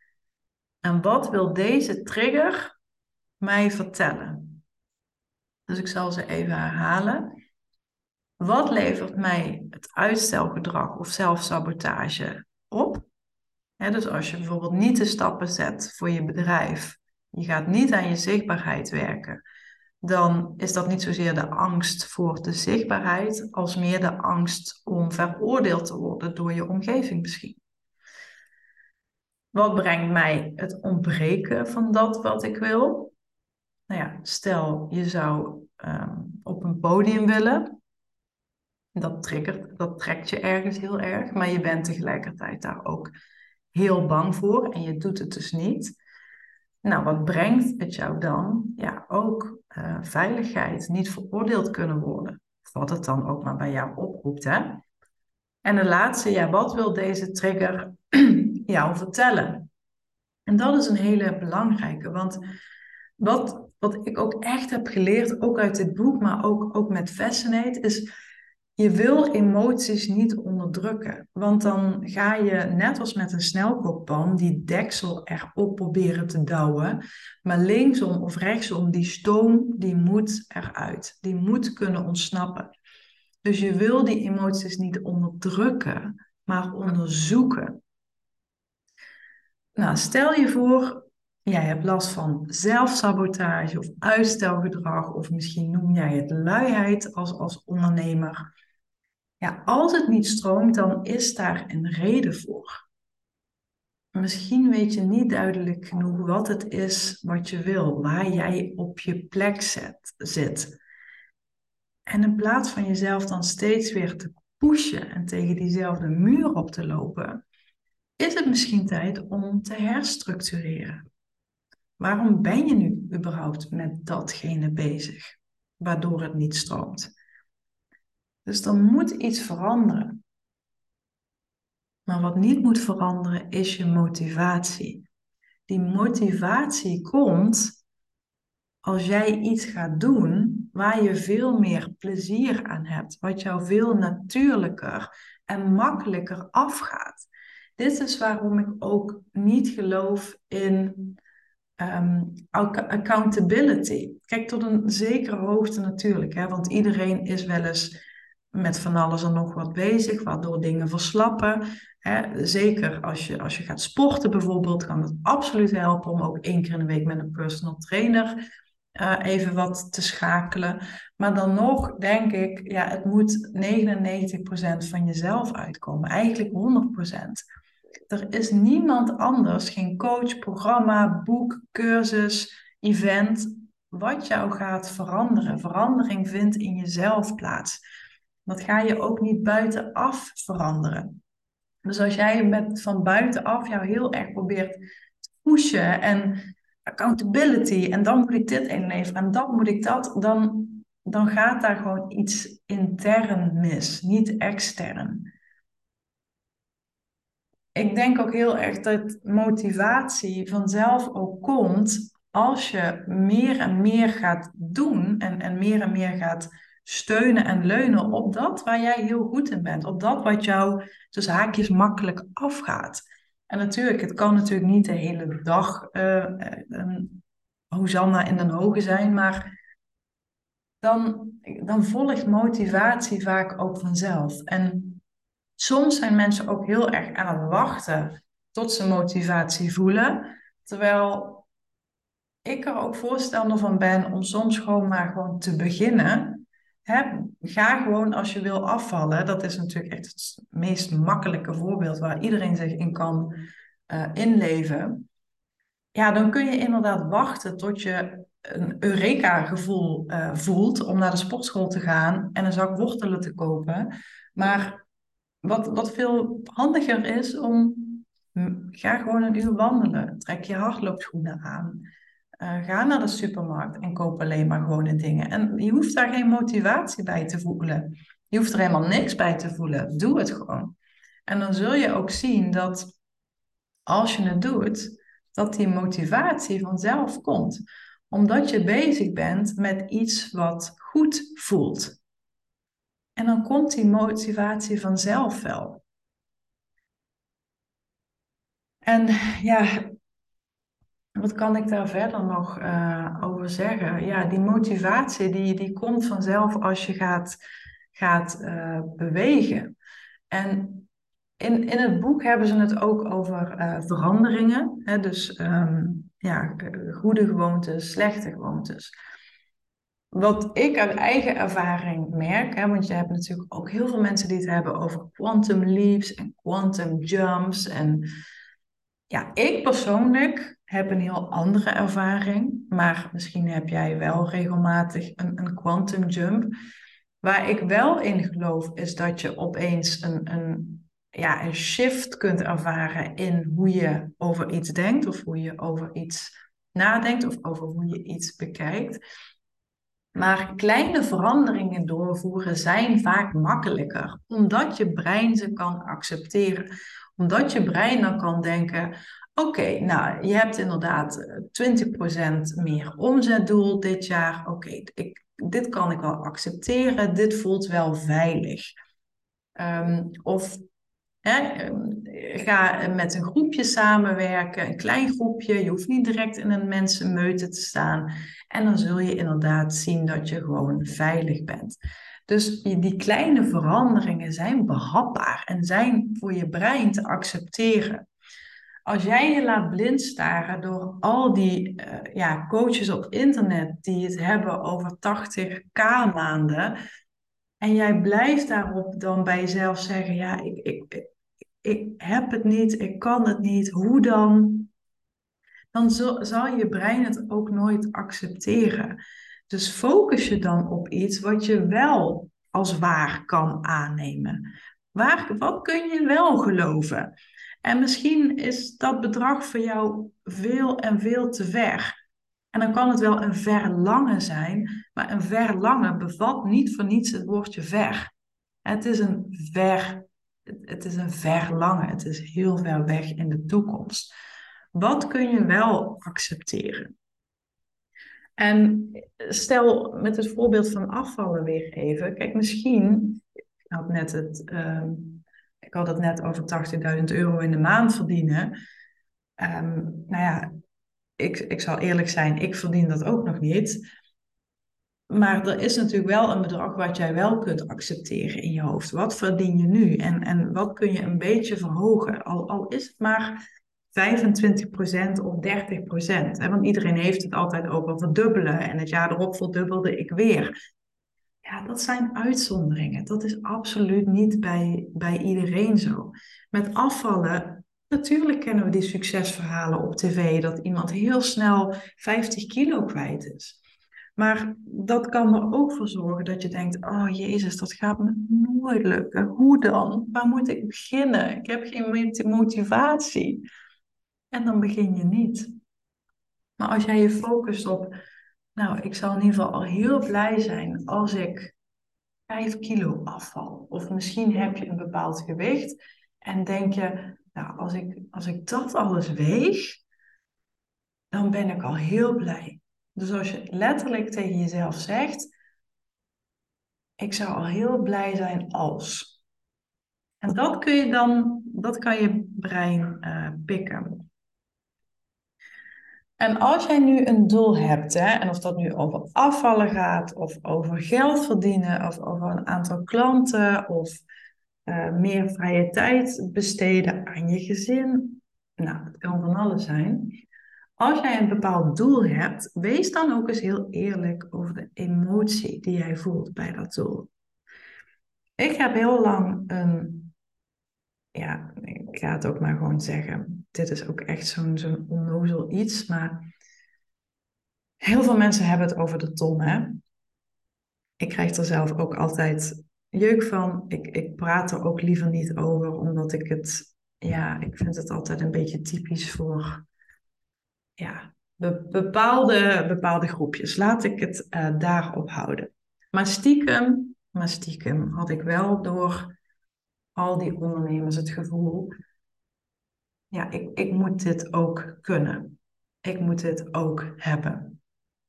En wat wil deze trigger mij vertellen? Dus ik zal ze even herhalen. Wat levert mij het uitstelgedrag of zelfsabotage op? He, dus als je bijvoorbeeld niet de stappen zet voor je bedrijf, je gaat niet aan je zichtbaarheid werken, dan is dat niet zozeer de angst voor de zichtbaarheid, als meer de angst om veroordeeld te worden door je omgeving misschien. Wat brengt mij het ontbreken van dat wat ik wil? Nou ja, stel je zou um, op een podium willen. Dat triggert, dat trekt je ergens heel erg, maar je bent tegelijkertijd daar ook heel bang voor en je doet het dus niet. Nou, wat brengt het jou dan? Ja, ook uh, veiligheid, niet veroordeeld kunnen worden. Of wat het dan ook maar bij jou oproept, hè? En de laatste, ja, wat wil deze trigger jou vertellen? En dat is een hele belangrijke, want wat, wat ik ook echt heb geleerd, ook uit dit boek, maar ook, ook met Fascinate, is je wil emoties niet onderdrukken. Want dan ga je, net als met een snelkookpan, die deksel erop proberen te douwen. Maar linksom of rechtsom, die stoom, die moet eruit. Die moet kunnen ontsnappen. Dus je wil die emoties niet onderdrukken, maar onderzoeken. Nou, stel je voor, jij hebt last van zelfsabotage of uitstelgedrag, of misschien noem jij het luiheid als, als ondernemer. Ja, als het niet stroomt, dan is daar een reden voor. Misschien weet je niet duidelijk genoeg wat het is wat je wil, waar jij op je plek zet, zit. En in plaats van jezelf dan steeds weer te pushen en tegen diezelfde muur op te lopen, is het misschien tijd om te herstructureren. Waarom ben je nu überhaupt met datgene bezig, waardoor het niet stroomt? Dus er moet iets veranderen. Maar wat niet moet veranderen is je motivatie. Die motivatie komt als jij iets gaat doen waar je veel meer plezier aan hebt, wat jou veel natuurlijker en makkelijker afgaat. Dit is waarom ik ook niet geloof in um, accountability. Kijk, tot een zekere hoogte natuurlijk, hè, want iedereen is wel eens met van alles en nog wat bezig, waardoor dingen verslappen. Hè. Zeker als je, als je gaat sporten bijvoorbeeld, kan het absoluut helpen om ook één keer in de week met een personal trainer uh, even wat te schakelen. Maar dan nog denk ik, ja, het moet negenennegentig procent van jezelf uitkomen. Eigenlijk honderd procent. Er is niemand anders, geen coach, programma, boek, cursus, event, wat jou gaat veranderen. Verandering vindt in jezelf plaats. Dat ga je ook niet buitenaf veranderen. Dus als jij met van buitenaf jou heel erg probeert te pushen en accountability en dan moet ik dit inleveren en dan moet ik dat, dan, dan gaat daar gewoon iets intern mis, niet extern. Ik denk ook heel erg dat motivatie vanzelf ook komt als je meer en meer gaat doen en, en meer en meer gaat steunen en leunen op dat waar jij heel goed in bent. Op dat wat jou tussen haakjes makkelijk afgaat. En natuurlijk, het kan natuurlijk niet de hele dag uh, een Hosanna in den hoge zijn, maar dan, dan volgt motivatie vaak ook vanzelf. En soms zijn mensen ook heel erg aan het wachten tot ze motivatie voelen. Terwijl ik er ook voorstander van ben om soms gewoon maar gewoon te beginnen. Hè, ga gewoon als je wil afvallen. Dat is natuurlijk echt het meest makkelijke voorbeeld waar iedereen zich in kan uh, inleven. Ja, dan kun je inderdaad wachten tot je een Eureka-gevoel uh, voelt om naar de sportschool te gaan en een zak wortelen te kopen. Maar wat, wat veel handiger is om, ga gewoon een uur wandelen. Trek je hardloopschoenen aan. Uh, ga naar de supermarkt en koop alleen maar gewone dingen. En je hoeft daar geen motivatie bij te voelen. Je hoeft er helemaal niks bij te voelen. Doe het gewoon. En dan zul je ook zien dat als je het doet, dat die motivatie vanzelf komt. Omdat je bezig bent met iets wat goed voelt. En dan komt die motivatie vanzelf wel. En ja, wat kan ik daar verder nog uh, over zeggen? Ja, die motivatie die, die komt vanzelf als je gaat, gaat uh, bewegen. En in, in het boek hebben ze het ook over uh, veranderingen. Hè? Dus um, ja, goede gewoontes, slechte gewoontes. Wat ik uit eigen ervaring merk, hè, want je hebt natuurlijk ook heel veel mensen die het hebben over quantum leaps en quantum jumps. En ja, ik persoonlijk heb een heel andere ervaring, maar misschien heb jij wel regelmatig een, een quantum jump. Waar ik wel in geloof is dat je opeens een, een, ja, een shift kunt ervaren in hoe je over iets denkt of hoe je over iets nadenkt of over hoe je iets bekijkt. Maar kleine veranderingen doorvoeren zijn vaak makkelijker, omdat je brein ze kan accepteren. Omdat je brein dan kan denken, oké, nou, je hebt inderdaad eh, twintig procent meer omzetdoel dit jaar. Oké, ik, dit kan ik wel accepteren, dit voelt wel veilig. Ehm, of hè, ehm, ga met een groepje samenwerken, een klein groepje. Je hoeft niet direct in een mensenmeute te staan. En dan zul je inderdaad zien dat je gewoon veilig bent. Dus die kleine veranderingen zijn behapbaar en zijn voor je brein te accepteren. Als jij je laat blind staren door al die eh, ja, coaches op internet die het hebben over tachtig k maanden. En jij blijft daarop dan bij jezelf zeggen, ja, ik, ik, ik heb het niet, ik kan het niet, hoe dan? Dan zal, zal je brein het ook nooit accepteren. Dus focus je dan op iets wat je wel als waar kan aannemen. Waar, wat kun je wel geloven? En misschien is dat bedrag voor jou veel en veel te ver. En dan kan het wel een verlangen zijn, maar een verlangen bevat niet voor niets het woordje ver. Het is een ver, het is een verlangen. Het is heel ver weg in de toekomst. Wat kun je wel accepteren? En stel met het voorbeeld van afvallen weer even. Kijk, misschien, ik had net het, ehm, ik had het net over tachtigduizend euro in de maand verdienen. Ehm, nou ja, ik, ik zal eerlijk zijn, ik verdien dat ook nog niet. Maar er is natuurlijk wel een bedrag wat jij wel kunt accepteren in je hoofd. Wat verdien je nu? En, en wat kun je een beetje verhogen? Al, al is het maar vijfentwintig procent of dertig procent. Want iedereen heeft het altijd over verdubbelen. En het jaar erop verdubbelde ik weer. Ja, dat zijn uitzonderingen. Dat is absoluut niet bij, bij iedereen zo. Met afvallen, natuurlijk kennen we die succesverhalen op tv. Dat iemand heel snel vijftig kilo kwijt is. Maar dat kan er ook voor zorgen dat je denkt, oh Jezus, dat gaat me nooit lukken. Hoe dan? Waar moet ik beginnen? Ik heb geen motivatie. En dan begin je niet. Maar als jij je focust op, nou, ik zal in ieder geval al heel blij zijn als ik vijf kilo afval. Of misschien heb je een bepaald gewicht en denk je, nou, als ik, als ik dat alles weeg, dan ben ik al heel blij. Dus als je letterlijk tegen jezelf zegt, ik zou al heel blij zijn als. En dat kun je dan, dat kan je brein uh, pikken. En als jij nu een doel hebt, hè, en of dat nu over afvallen gaat, of over geld verdienen, of over een aantal klanten, of uh, meer vrije tijd besteden aan je gezin. Nou, het kan van alles zijn. Als jij een bepaald doel hebt, wees dan ook eens heel eerlijk over de emotie die jij voelt bij dat doel. Ik heb heel lang een, ja, ik ga het ook maar gewoon zeggen. Dit is ook echt zo'n zo'n onnozel iets, maar heel veel mensen hebben het over de ton, hè. Ik krijg er zelf ook altijd jeuk van. Ik, ik praat er ook liever niet over, omdat ik het, ja, ik vind het altijd een beetje typisch voor, ja, be- bepaalde, bepaalde groepjes. Laat ik het uh, daarop houden. Maar stiekem, maar stiekem had ik wel door al die ondernemers het gevoel, ja, ik, ik moet dit ook kunnen. Ik moet dit ook hebben.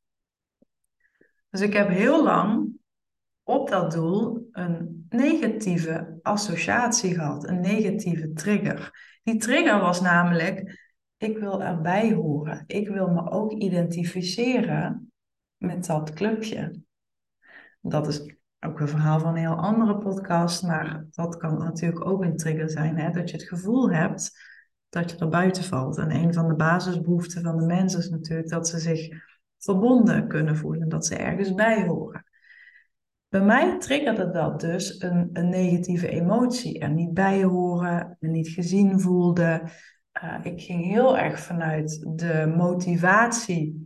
Dus ik heb heel lang op dat doel een negatieve associatie gehad, een negatieve trigger. Die trigger was namelijk, ik wil erbij horen. Ik wil me ook identificeren met dat clubje. Dat is ook een verhaal van een heel andere podcast, maar dat kan natuurlijk ook een trigger zijn, hè? Dat je het gevoel hebt dat je er buiten valt. En een van de basisbehoeften van de mens is natuurlijk dat ze zich verbonden kunnen voelen, dat ze ergens bij horen. Bij mij triggerde dat dus een, een negatieve emotie. Er niet bij horen, me niet gezien voelde. Uh, ik ging heel erg vanuit de motivatie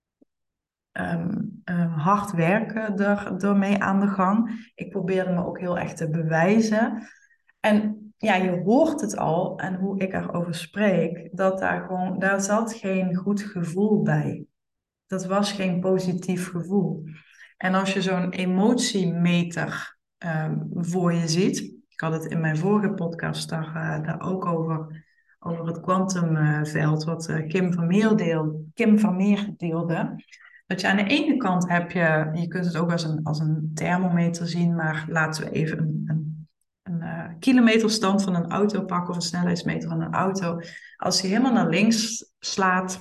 um, um, hard werken er, ermee aan de gang. Ik probeerde me ook heel erg te bewijzen. En ja, je hoort het al en hoe ik erover spreek, dat daar gewoon, daar zat geen goed gevoel bij. Dat was geen positief gevoel. En als je zo'n emotiemeter um, voor je ziet, ik had het in mijn vorige podcast daar, uh, daar ook over, over het kwantumveld, wat uh, Kim van Meer deel, Kim van Meer deelde. Dat je aan de ene kant heb je, je kunt het ook als een, als een thermometer zien, maar laten we even een, een, een uh, kilometerstand van een auto pakken of een snelheidsmeter van een auto. Als die helemaal naar links slaat,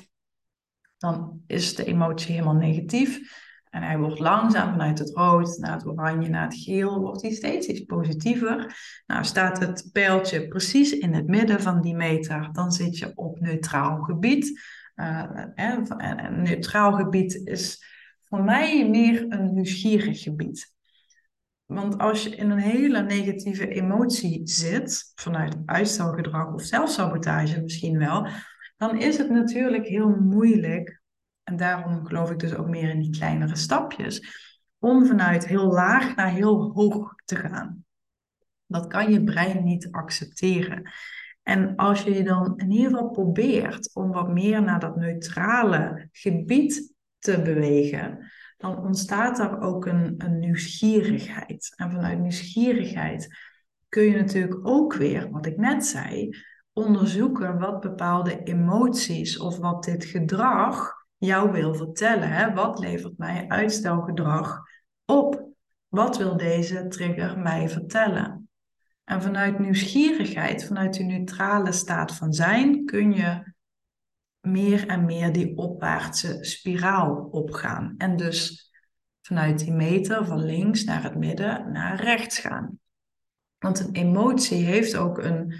dan is de emotie helemaal negatief. En hij wordt langzaam vanuit het rood naar het oranje, naar het geel, wordt hij steeds iets positiever. Nou, staat het pijltje precies in het midden van die meter, dan zit je op neutraal gebied. Uh, en, en een neutraal gebied is voor mij meer een nieuwsgierig gebied. Want als je in een hele negatieve emotie zit, vanuit uitstelgedrag of zelfsabotage misschien wel, dan is het natuurlijk heel moeilijk, en daarom geloof ik dus ook meer in die kleinere stapjes, om vanuit heel laag naar heel hoog te gaan. Dat kan je brein niet accepteren. En als je je dan in ieder geval probeert om wat meer naar dat neutrale gebied te bewegen, dan ontstaat er ook een, een nieuwsgierigheid. En vanuit nieuwsgierigheid kun je natuurlijk ook weer, wat ik net zei, onderzoeken wat bepaalde emoties of wat dit gedrag jou wil vertellen. Hè? Wat levert mij uitstelgedrag op? Wat wil deze trigger mij vertellen? En vanuit nieuwsgierigheid, vanuit die neutrale staat van zijn, kun je meer en meer die opwaartse spiraal opgaan. En dus vanuit die meter van links naar het midden naar rechts gaan. Want een emotie heeft ook een,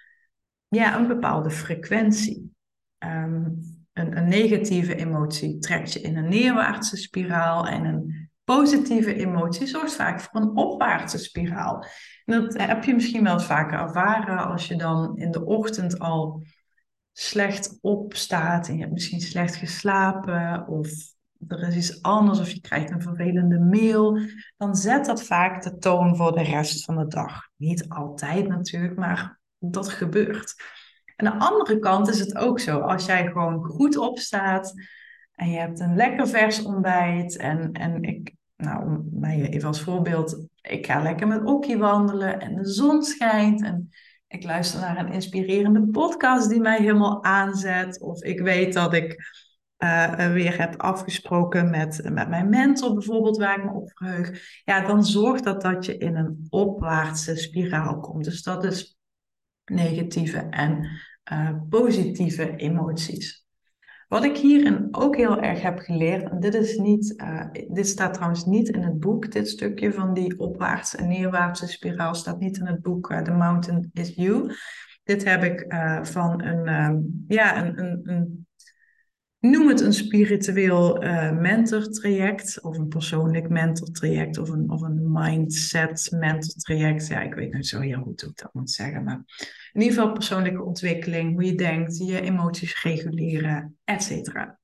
ja, een bepaalde frequentie. Um, een, een negatieve emotie trekt je in een neerwaartse spiraal en een positieve emotie zorgt vaak voor een opwaartse spiraal. En dat heb je misschien wel eens vaker ervaren als je dan in de ochtend al slecht opstaat en je hebt misschien slecht geslapen of er is iets anders of je krijgt een vervelende mail, dan zet dat vaak de toon voor de rest van de dag. Niet altijd natuurlijk, maar dat gebeurt. En aan de andere kant is het ook zo, als jij gewoon goed opstaat en je hebt een lekker vers ontbijt en, en ik, nou, om mij even als voorbeeld, ik ga lekker met Okkie wandelen en de zon schijnt en ik luister naar een inspirerende podcast die mij helemaal aanzet. Of ik weet dat ik uh, weer heb afgesproken met, met mijn mentor bijvoorbeeld, waar ik me op verheug. Ja, dan zorgt dat dat je in een opwaartse spiraal komt. Dus dat is negatieve en uh, positieve emoties. Wat ik hierin ook heel erg heb geleerd, en dit, is niet, uh, dit staat trouwens niet in het boek, dit stukje van die opwaartse en neerwaartse spiraal staat niet in het boek uh, The Mountain is You. Dit heb ik uh, van een, um, ja, een, een, een, noem het een spiritueel uh, mentortraject, of een persoonlijk mentortraject, of een, of een mindset mentortraject. Ja, ik weet niet zo heel goed hoe ik dat moet zeggen, maar in ieder geval persoonlijke ontwikkeling, hoe je denkt, je emoties reguleren, et cetera.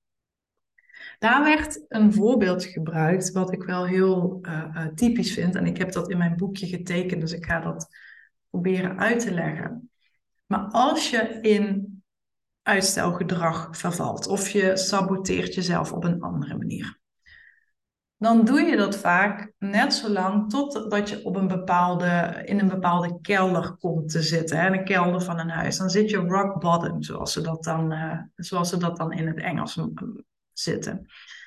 Daar werd een voorbeeld gebruikt wat ik wel heel uh, uh, typisch vind. En ik heb dat in mijn boekje getekend, dus ik ga dat proberen uit te leggen. Maar als je in uitstelgedrag vervalt of je saboteert jezelf op een andere manier, dan doe je dat vaak net zo lang totdat je op een bepaalde, in een bepaalde kelder komt te zitten. Hè? Een kelder van een huis. Dan zit je rock bottom, zoals ze dat dan, uh, zoals ze dat dan in het Engels uh, zitten.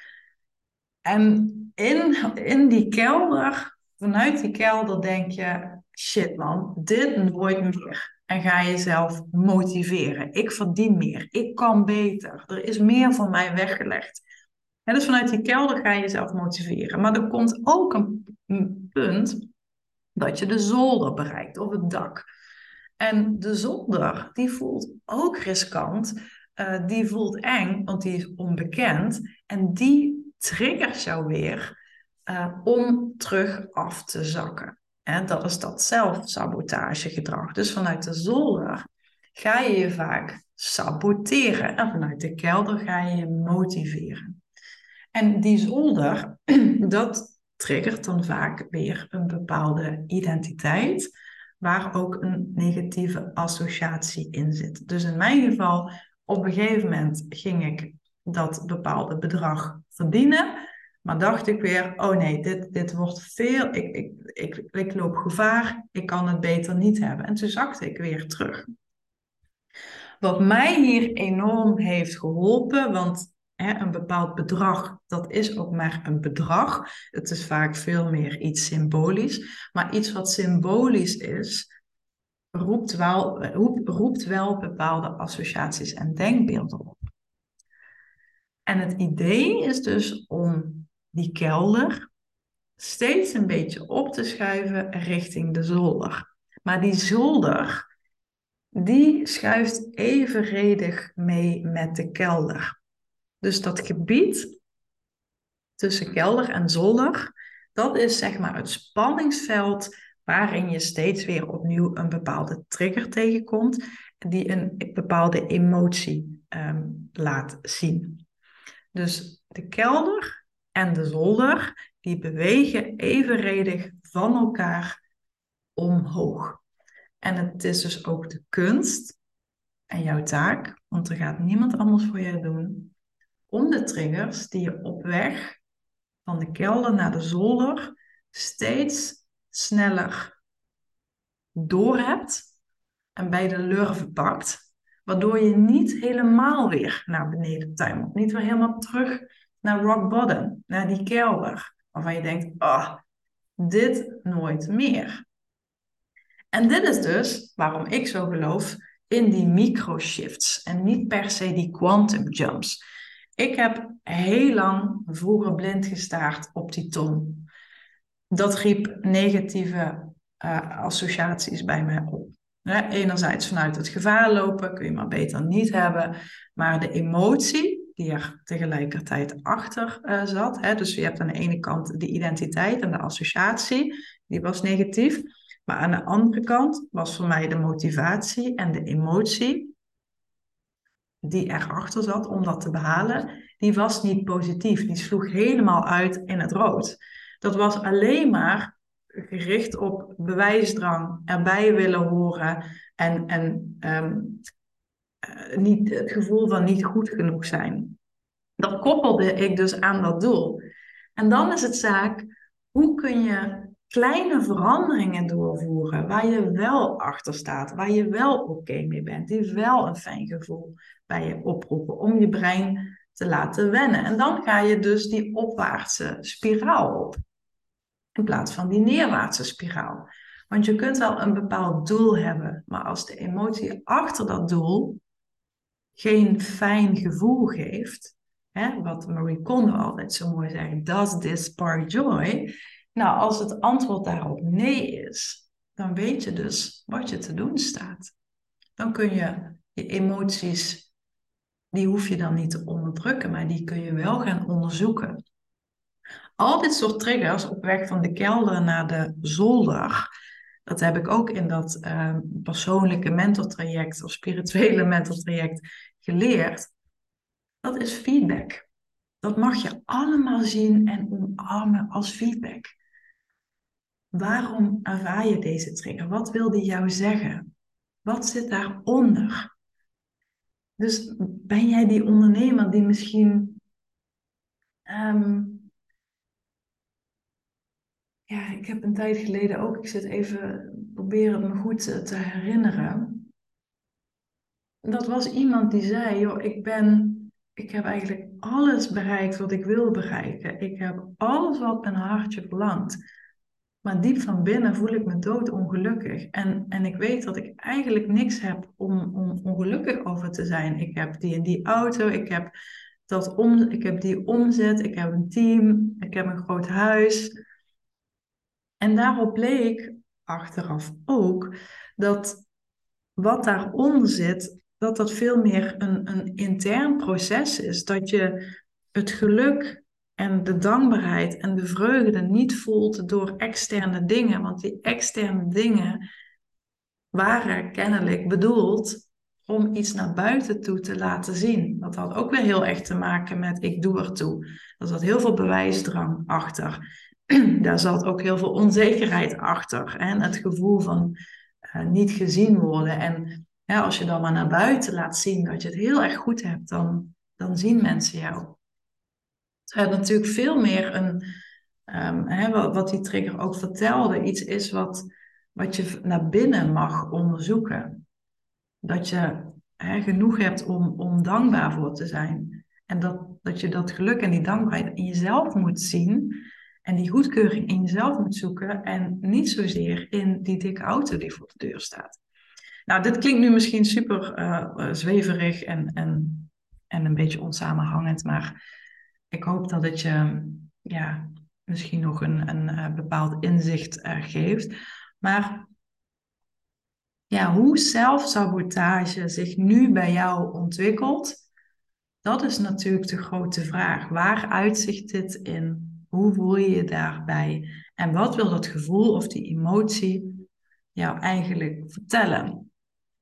En in, in die kelder, vanuit die kelder denk je, shit man, dit nooit meer. En ga jezelf motiveren. Ik verdien meer. Ik kan beter. Er is meer voor mij weggelegd. Ja, dus vanuit die kelder ga je jezelf motiveren. Maar er komt ook een punt dat je de zolder bereikt, of het dak. En de zolder, die voelt ook riskant. Uh, die voelt eng, want die is onbekend. En die triggert jou weer uh, om terug af te zakken. En dat is dat zelfsabotagegedrag. Dus vanuit de zolder ga je je vaak saboteren. En vanuit de kelder ga je je motiveren. En die zolder, dat triggert dan vaak weer een bepaalde identiteit, waar ook een negatieve associatie in zit. Dus in mijn geval, op een gegeven moment ging ik dat bepaalde bedrag verdienen. Maar dacht ik weer, oh nee, dit, dit wordt veel, ik, ik, ik, ik loop gevaar, ik kan het beter niet hebben. En toen zakte ik weer terug. Wat mij hier enorm heeft geholpen, want hè, een bepaald bedrag, dat is ook maar een bedrag. Het is vaak veel meer iets symbolisch. Maar iets wat symbolisch is, roept wel, roept, roept wel bepaalde associaties en denkbeelden op. En het idee is dus om die kelder steeds een beetje op te schuiven richting de zolder. Maar die zolder, die schuift evenredig mee met de kelder. Dus dat gebied tussen kelder en zolder, dat is zeg maar het spanningsveld waarin je steeds weer opnieuw een bepaalde trigger tegenkomt die een bepaalde emotie um, laat zien. Dus de kelder en de zolder, die bewegen evenredig van elkaar omhoog. En het is dus ook de kunst en jouw taak, want er gaat niemand anders voor je doen, om de triggers die je op weg van de kelder naar de zolder steeds sneller doorhebt en bij de lurven pakt, waardoor je niet helemaal weer naar beneden tuimelt, niet weer helemaal terug naar rock bottom, naar die kelder, waarvan je denkt, ah, oh, dit nooit meer. En dit is dus waarom ik zo geloof in die microshifts en niet per se die quantum jumps. Ik heb heel lang vroeger blind gestaard op die ton. Dat riep negatieve uh, associaties bij mij op. Hè? Enerzijds vanuit het gevaar lopen, kun je maar beter niet hebben. Maar de emotie die er tegelijkertijd achter uh, zat. Hè? Dus je hebt aan de ene kant de identiteit en de associatie. Die was negatief. Maar aan de andere kant was voor mij de motivatie en de emotie die erachter zat om dat te behalen, die was niet positief. Die sloeg helemaal uit in het rood. Dat was alleen maar gericht op bewijsdrang, erbij willen horen en, en um, uh, niet, het gevoel van niet goed genoeg zijn. Dat koppelde ik dus aan dat doel. En dan is het zaak, hoe kun je kleine veranderingen doorvoeren waar je wel achter staat, waar je wel oké mee bent, die wel een fijn gevoel bij je oproepen om je brein te laten wennen. En dan ga je dus die opwaartse spiraal op, in plaats van die neerwaartse spiraal. Want je kunt wel een bepaald doel hebben, maar als de emotie achter dat doel geen fijn gevoel geeft, hè, wat Marie Kondo altijd zo mooi zegt, does this spark joy? Nou, als het antwoord daarop nee is, dan weet je dus wat je te doen staat. Dan kun je je emoties, die hoef je dan niet te onderdrukken, maar die kun je wel gaan onderzoeken. Al dit soort triggers op weg van de kelder naar de zolder, dat heb ik ook in dat uh, persoonlijke mentortraject of spirituele mentortraject geleerd. Dat is feedback. Dat mag je allemaal zien en omarmen als feedback. Waarom ervaar je deze trigger? Wat wil die jou zeggen? Wat zit daaronder? Dus ben jij die ondernemer die misschien... Um, ja, ik heb een tijd geleden ook... Ik zit even proberen het me goed te, te herinneren. Dat was iemand die zei... joh, ik ben... Ik heb eigenlijk alles bereikt wat ik wil bereiken. Ik heb alles wat mijn hartje verlangt. Maar diep van binnen voel ik me doodongelukkig. En, en ik weet dat ik eigenlijk niks heb om, om ongelukkig over te zijn. Ik heb die en die auto, ik heb, dat om, ik heb die omzet, ik heb een team, ik heb een groot huis. En daarop bleek achteraf ook dat wat daaronder zit, dat dat veel meer een, een intern proces is. Dat je het geluk en de dankbaarheid en de vreugde niet voelt door externe dingen. Want die externe dingen waren kennelijk bedoeld om iets naar buiten toe te laten zien. Dat had ook weer heel erg te maken met ik doe ertoe. Er zat heel veel bewijsdrang achter. Daar zat ook heel veel onzekerheid achter. En het gevoel van uh, niet gezien worden. En ja, als je dan maar naar buiten laat zien dat je het heel erg goed hebt, dan, dan zien mensen jou. Terwijl het natuurlijk veel meer een, um, hè, wat, wat die trigger ook vertelde, iets is wat, wat je naar binnen mag onderzoeken. Dat je hè, genoeg hebt om, om dankbaar voor te zijn. En dat, dat je dat geluk en die dankbaarheid in jezelf moet zien. En die goedkeuring in jezelf moet zoeken. En niet zozeer in die dikke auto die voor de deur staat. Nou, dit klinkt nu misschien super uh, zweverig en, en, en een beetje onsamenhangend. Maar ik hoop dat het je ja, misschien nog een, een uh, bepaald inzicht uh, geeft. Maar ja, hoe zelfsabotage zich nu bij jou ontwikkelt, dat is natuurlijk de grote vraag. Waar uitzicht dit in? Hoe voel je je daarbij? En wat wil dat gevoel of die emotie jou eigenlijk vertellen?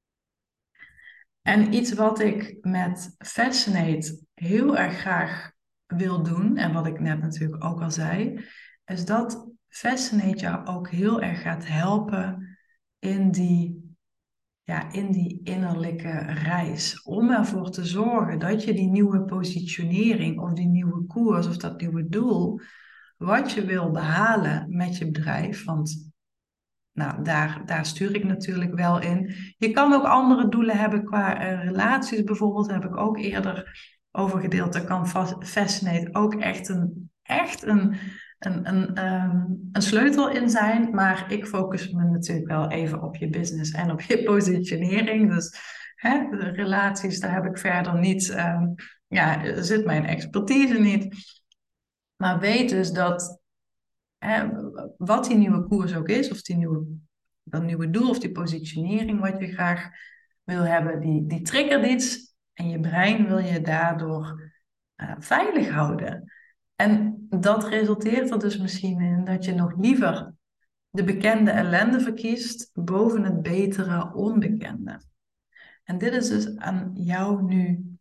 En iets wat ik met Fascinate heel erg graag wil doen, en wat ik net natuurlijk ook al zei, is dat Fascinate jou ook heel erg gaat helpen in die ja, in die innerlijke reis. Om ervoor te zorgen dat je die nieuwe positionering of die nieuwe koers of dat nieuwe doel, wat je wil behalen met je bedrijf, want nou, daar, daar stuur ik natuurlijk wel in. Je kan ook andere doelen hebben qua uh, relaties bijvoorbeeld, daar heb ik ook eerder over gedeeld. Daar kan Fascinate ook echt een, echt een een, een, um, een sleutel in zijn. Maar ik focus me natuurlijk wel even op je business en op je positionering. Dus hè, de relaties, daar heb ik verder niet, um, ja, zit mijn expertise niet. Maar weet dus dat hè, wat die nieuwe koers ook is, of die nieuwe, dat nieuwe doel of die positionering wat je graag wil hebben, die, die triggert iets en je brein wil je daardoor uh, veilig houden. En dat resulteert er dus misschien in dat je nog liever de bekende ellende verkiest boven het betere onbekende. En dit is dus aan jou nu,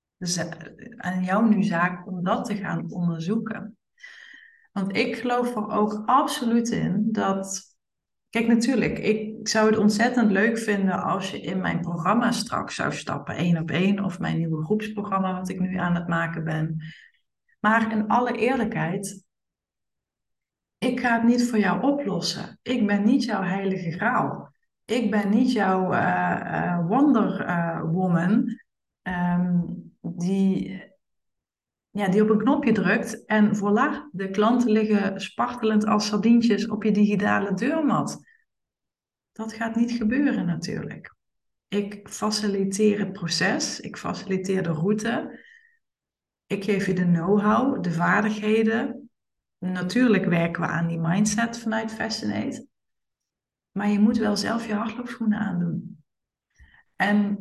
aan jou nu zaak om dat te gaan onderzoeken. Want ik geloof er ook absoluut in dat, kijk natuurlijk, ik zou het ontzettend leuk vinden als je in mijn programma straks zou stappen, één op één, of mijn nieuwe groepsprogramma wat ik nu aan het maken ben. Maar in alle eerlijkheid, ik ga het niet voor jou oplossen. Ik ben niet jouw heilige graal. Ik ben niet jouw uh, uh, Wonder uh, Woman um, die, ja, die op een knopje drukt en voilà, de klanten liggen spartelend als sardientjes op je digitale deurmat. Dat gaat niet gebeuren natuurlijk. Ik faciliteer het proces, ik faciliteer de route. Ik geef je de know-how, de vaardigheden. Natuurlijk werken we aan die mindset vanuit Fascinate. Maar je moet wel zelf je hardloopschoenen aandoen. En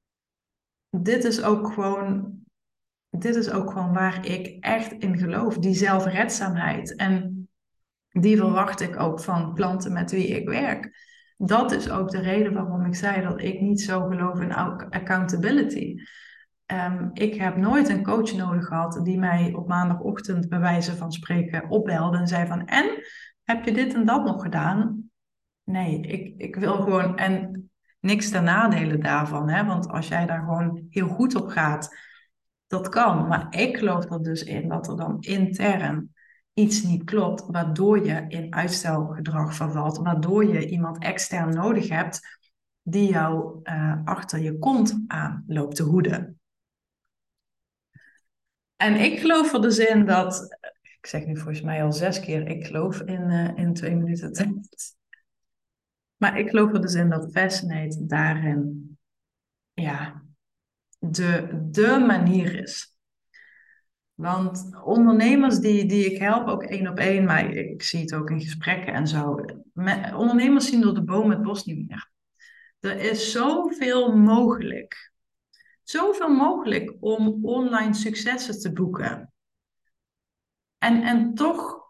dit is ook gewoon, dit is ook gewoon waar ik echt in geloof. Die zelfredzaamheid. En die verwacht ik ook van klanten met wie ik werk. Dat is ook de reden waarom ik zei dat ik niet zo geloof in accountability. Um, ik heb nooit een coach nodig gehad die mij op maandagochtend bij wijze van spreken opbelde en zei van en, heb je dit en dat nog gedaan? Nee, ik, ik wil gewoon, en niks ten nadele daarvan, hè? Want als jij daar gewoon heel goed op gaat, dat kan. Maar ik geloof er dus in dat er dan intern iets niet klopt, waardoor je in uitstelgedrag vervalt, waardoor je iemand extern nodig hebt die jou uh, achter je kont aan loopt te hoeden. En ik geloof er dus in dat, ik zeg nu volgens mij al zes keer, ik geloof in, uh, in twee minuten tijd. Maar ik geloof er dus in dat Fascinate daarin, ja, de, de manier is. Want ondernemers die, die ik help, ook één op één, maar ik zie het ook in gesprekken en zo. Met, ondernemers zien door de boom het bos niet meer. Er is zoveel mogelijk. Zoveel mogelijk om online successen te boeken. En, en toch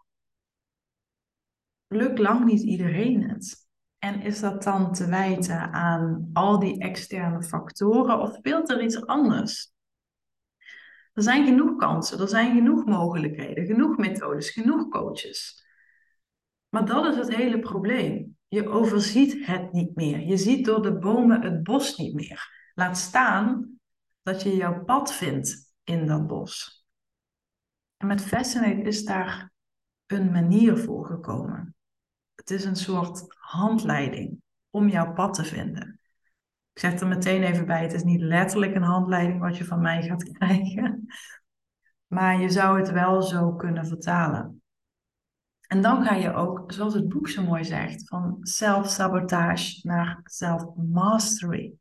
lukt lang niet iedereen het. En is dat dan te wijten aan al die externe factoren of speelt er iets anders? Er zijn genoeg kansen, er zijn genoeg mogelijkheden, genoeg methodes, genoeg coaches. Maar dat is het hele probleem. Je overziet het niet meer. Je ziet door de bomen het bos niet meer. Laat staan dat je jouw pad vindt in dat bos. En met Fascinate is daar een manier voor gekomen. Het is een soort handleiding om jouw pad te vinden. Ik zeg er meteen even bij, het is niet letterlijk een handleiding wat je van mij gaat krijgen. Maar je zou het wel zo kunnen vertalen. En dan ga je ook, zoals het boek zo mooi zegt, van self-sabotage naar self-mastery.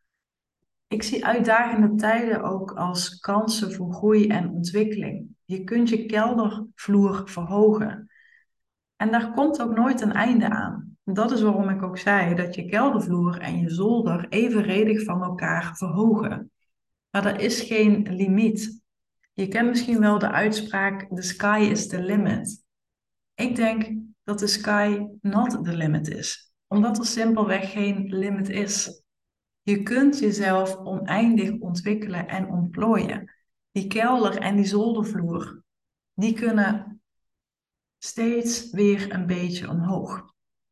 Ik zie uitdagende tijden ook als kansen voor groei en ontwikkeling. Je kunt je keldervloer verhogen. En daar komt ook nooit een einde aan. Dat is waarom ik ook zei dat je keldervloer en je zolder evenredig van elkaar verhogen. Maar er is geen limiet. Je kent misschien wel de uitspraak, the sky is the limit. Ik denk dat de sky not the limit is. Omdat er simpelweg geen limit is. Je kunt jezelf oneindig ontwikkelen en ontplooien. Die kelder en die zoldervloer, die kunnen steeds weer een beetje omhoog.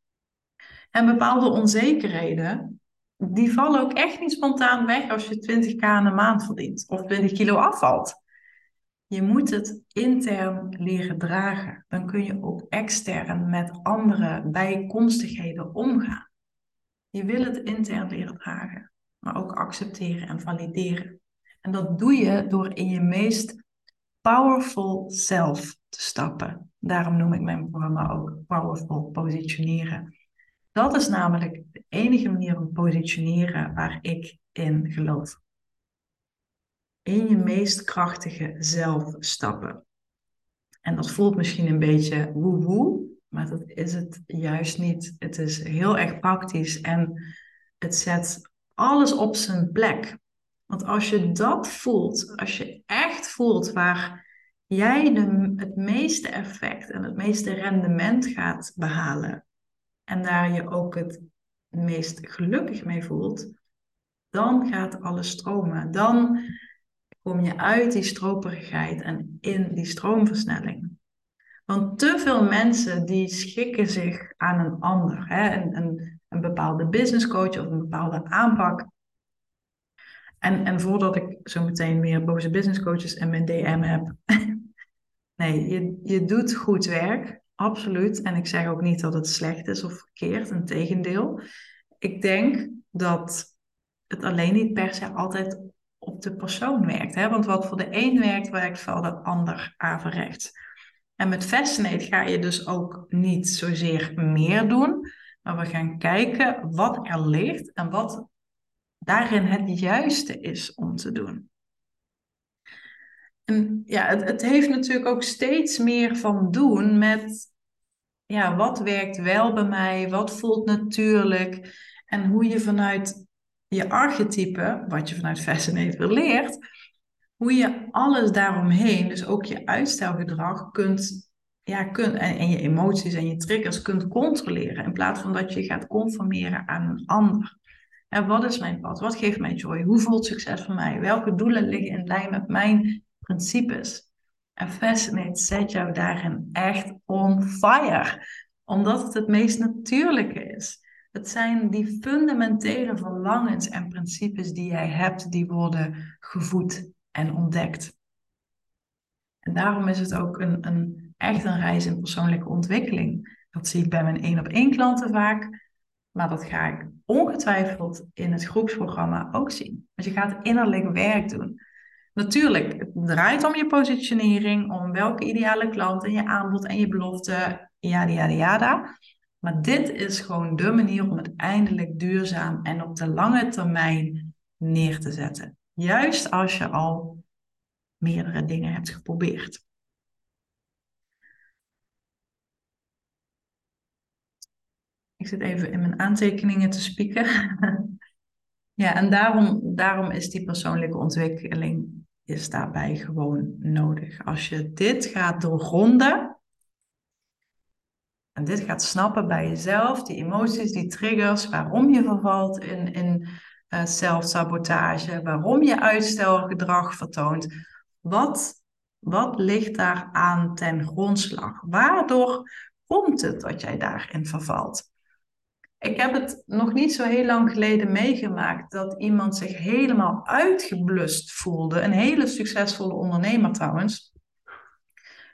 En bepaalde onzekerheden, die vallen ook echt niet spontaan weg als je twintig k in een maand verdient of twintig kilo afvalt. Je moet het intern leren dragen. Dan kun je ook extern met andere bijkomstigheden omgaan. Je wil het intern leren dragen, maar ook accepteren en valideren. En dat doe je door in je meest powerful self te stappen. Daarom noem ik mijn programma ook Powerful Positioneren. Dat is namelijk de enige manier om positioneren waar ik in geloof. In je meest krachtige zelf stappen. En dat voelt misschien een beetje woe-woe, maar dat is het juist niet. Het is heel erg praktisch en het zet alles op zijn plek. Want als je dat voelt, als je echt voelt waar jij de, het meeste effect en het meeste rendement gaat behalen en daar je ook het meest gelukkig mee voelt, dan gaat alles stromen. Dan kom je uit die stroperigheid en in die stroomversnelling. Want te veel mensen die schikken zich aan een ander. Hè? Een, een, een bepaalde business coach of een bepaalde aanpak. En, en voordat ik zo meteen meer boze business coaches in mijn D M heb. Nee, je, je doet goed werk. Absoluut. En ik zeg ook niet dat het slecht is of verkeerd. Integendeel. Ik denk dat het alleen niet per se altijd op de persoon werkt. Hè? Want wat voor de een werkt, werkt voor de ander averechts. En met Fascinate ga je dus ook niet zozeer meer doen, maar we gaan kijken wat er ligt en wat daarin het juiste is om te doen. En ja, het, het heeft natuurlijk ook steeds meer van doen met, ja, wat werkt wel bij mij, wat voelt natuurlijk en hoe je vanuit je archetype, wat je vanuit Fascinate weer leert, hoe je alles daaromheen, dus ook je uitstelgedrag, kunt, ja, kunt en, en je emoties en je triggers kunt controleren. In plaats van dat je gaat conformeren aan een ander. En wat is mijn pad? Wat geeft mij joy? Hoe voelt succes voor mij? Welke doelen liggen in lijn met mijn principes? En Fascinate zet jou daarin echt on fire. Omdat het het meest natuurlijke is. Het zijn die fundamentele verlangens en principes die jij hebt, die worden gevoed en ontdekt. En daarom is het ook een, een, echt een reis in persoonlijke ontwikkeling. Dat zie ik bij mijn één op één klanten vaak. Maar dat ga ik ongetwijfeld in het groepsprogramma ook zien. Want je gaat innerlijk werk doen. Natuurlijk, het draait om je positionering, om welke ideale klant en je aanbod en je belofte, yada yada yada. Maar dit is gewoon de manier om het eindelijk duurzaam en op de lange termijn neer te zetten. Juist als je al meerdere dingen hebt geprobeerd. Ik zit even in mijn aantekeningen te spieken. Ja, en daarom, daarom is die persoonlijke ontwikkeling is daarbij gewoon nodig. Als je dit gaat doorgronden en dit gaat snappen bij jezelf, die emoties, die triggers, waarom je vervalt in, in uh, zelfsabotage, waarom je uitstelgedrag vertoont, wat, wat ligt daar aan ten grondslag? Waardoor komt het dat jij daarin vervalt? Ik heb het nog niet zo heel lang geleden meegemaakt dat iemand zich helemaal uitgeblust voelde. Een hele succesvolle ondernemer trouwens.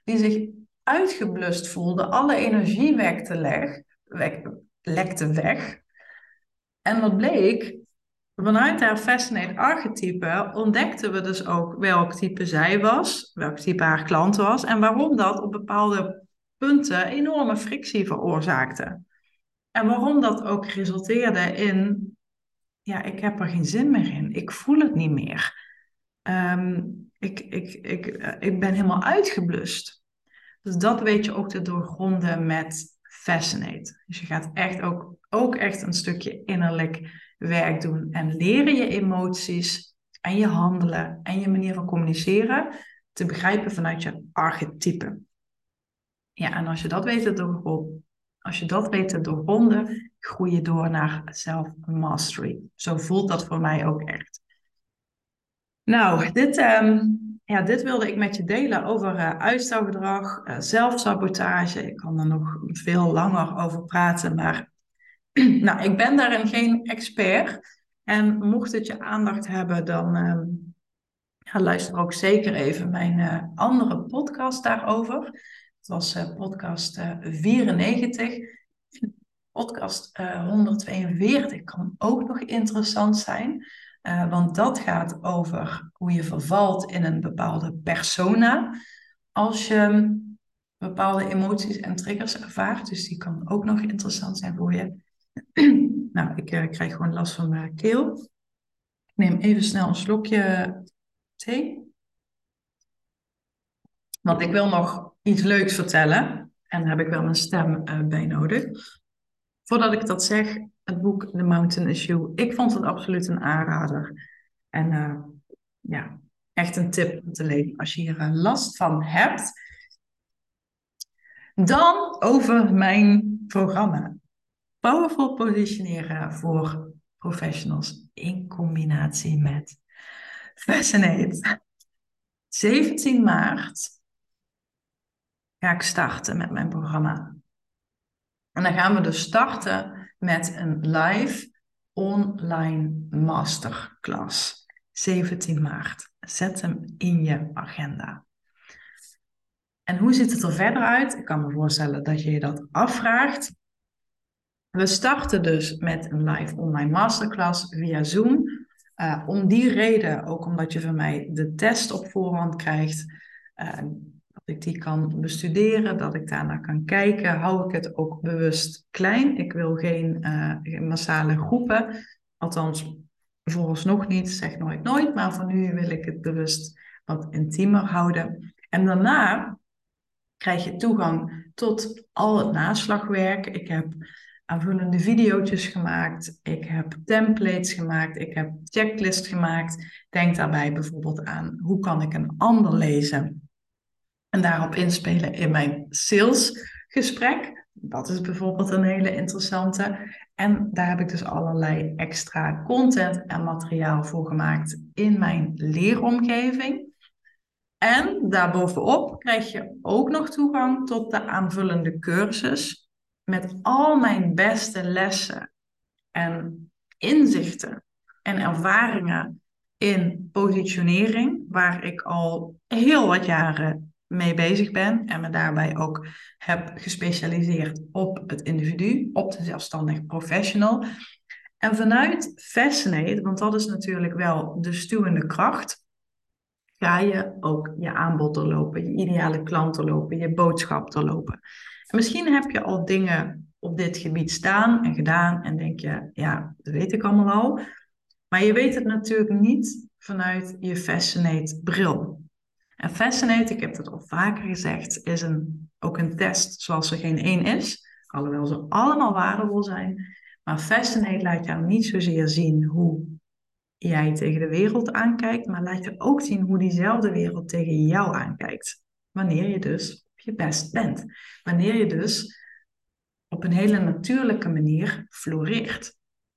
die zich uitgeblust voelde. Alle energie wekte, leg, wek, lekte weg. En wat bleek, vanuit haar Fascinate archetype ontdekten we dus ook welk type zij was, welk type haar klant was en waarom dat op bepaalde punten enorme frictie veroorzaakte. En waarom dat ook resulteerde in, ja, ik heb er geen zin meer in, ik voel het niet meer. Um, ik, ik, ik, ik ben helemaal uitgeblust. Dus dat weet je ook te doorgronden met Fascinate. Dus je gaat echt ook, ook echt een stukje innerlijk werk doen en leren je emoties en je handelen en je manier van communiceren te begrijpen vanuit je archetype. Ja, en als je dat weet te doorgronden, als je dat weet te doorgronden, groei je door naar self-mastery. Zo voelt dat voor mij ook echt. Nou, dit, um, ja, dit wilde ik met je delen over uh, uitstelgedrag, uh, zelfsabotage. Ik kan er nog veel langer over praten, maar nou, ik ben daarin geen expert. En mocht het je aandacht hebben, dan um, ja, luister ook zeker even mijn uh, andere podcast daarover. Het was uh, podcast uh, vierennegentig. Podcast uh, honderdtweeënveertig kan ook nog interessant zijn. Uh, want dat gaat over hoe je vervalt in een bepaalde persona. Als je bepaalde emoties en triggers ervaart. Dus die kan ook nog interessant zijn voor je. Nou, ik uh, krijg gewoon last van mijn keel. Ik neem even snel een slokje thee. Want ik wil nog iets leuks vertellen. En daar heb ik wel mijn stem uh, bij nodig. Voordat ik dat zeg, het boek The Mountain is You. Ik vond het absoluut een aanrader. En uh, ja, echt een tip om te lezen als je hier uh, last van hebt. Dan over mijn programma. Powerful positioneren voor professionals in combinatie met Fascinate. zeventien maart ga ik starten met mijn programma. En dan gaan we dus starten met een live online masterclass. zeventien maart. Zet hem in je agenda. En hoe ziet het er verder uit? Ik kan me voorstellen dat je je dat afvraagt. We starten dus met een live online masterclass via Zoom. Uh, om die reden, ook omdat je van mij de test op voorhand krijgt, uh, dat ik die kan bestuderen, dat ik daarnaar kan kijken, hou ik het ook bewust klein. Ik wil geen, uh, geen massale groepen, althans vooralsnog niet, zeg nooit nooit, maar voor nu wil ik het bewust wat intiemer houden. En daarna krijg je toegang tot al het naslagwerk. Ik heb aanvullende video's gemaakt. Ik heb templates gemaakt. Ik heb checklists gemaakt. Denk daarbij bijvoorbeeld aan hoe kan ik een ander lezen en daarop inspelen in mijn salesgesprek. Dat is bijvoorbeeld een hele interessante. En daar heb ik dus allerlei extra content en materiaal voor gemaakt in mijn leeromgeving. En daarbovenop krijg je ook nog toegang tot de aanvullende cursus met al mijn beste lessen en inzichten en ervaringen in positionering, waar ik al heel wat jaren mee bezig ben en me daarbij ook heb gespecialiseerd op het individu, op de zelfstandig professional. En vanuit Fascinate, want dat is natuurlijk wel de stuwende kracht, ga je ook je aanbod doorlopen, je ideale klant doorlopen, je boodschap doorlopen. En misschien heb je al dingen op dit gebied staan en gedaan en denk je, ja, dat weet ik allemaal al. Maar je weet het natuurlijk niet vanuit je Fascinate bril. En Fascinate, ik heb het al vaker gezegd, is een, ook een test zoals er geen één is. Alhoewel ze allemaal waardevol zijn. Maar Fascinate laat jou niet zozeer zien hoe jij tegen de wereld aankijkt, maar laat je ook zien hoe diezelfde wereld tegen jou aankijkt. Wanneer je dus op je best bent. Wanneer je dus op een hele natuurlijke manier floreert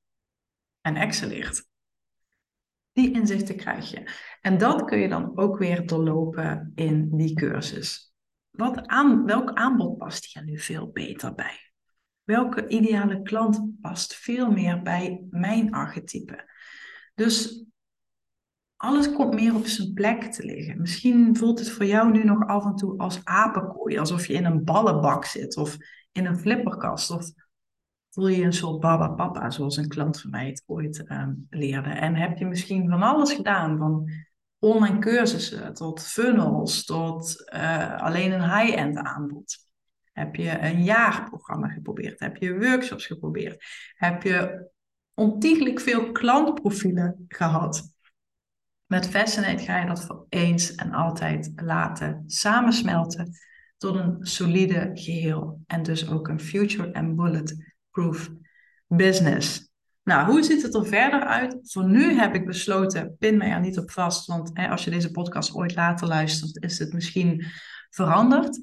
en excelleert. Die inzichten krijg je. En dat kun je dan ook weer doorlopen in die cursus. Wat aan, welk aanbod past hier nu veel beter bij? Welke ideale klant past veel meer bij mijn archetype? Dus alles komt meer op zijn plek te liggen. Misschien voelt het voor jou nu nog af en toe als apenkooi, alsof je in een ballenbak zit of in een flipperkast. Of voel je je een soort baba papa, zoals een klant van mij het ooit um, leerde. En heb je misschien van alles gedaan, van online cursussen tot funnels, tot uh, alleen een high-end aanbod. Heb je een jaarprogramma geprobeerd? Heb je workshops geprobeerd? Heb je ontiegelijk veel klantprofielen gehad? Met Fascinate ga je dat voor eens en altijd laten samensmelten tot een solide geheel. En dus ook een future and bulletproof business. Nou, hoe ziet het er verder uit? Voor nu heb ik besloten, pin mij er niet op vast. Want hè, als je deze podcast ooit later luistert, is het misschien veranderd.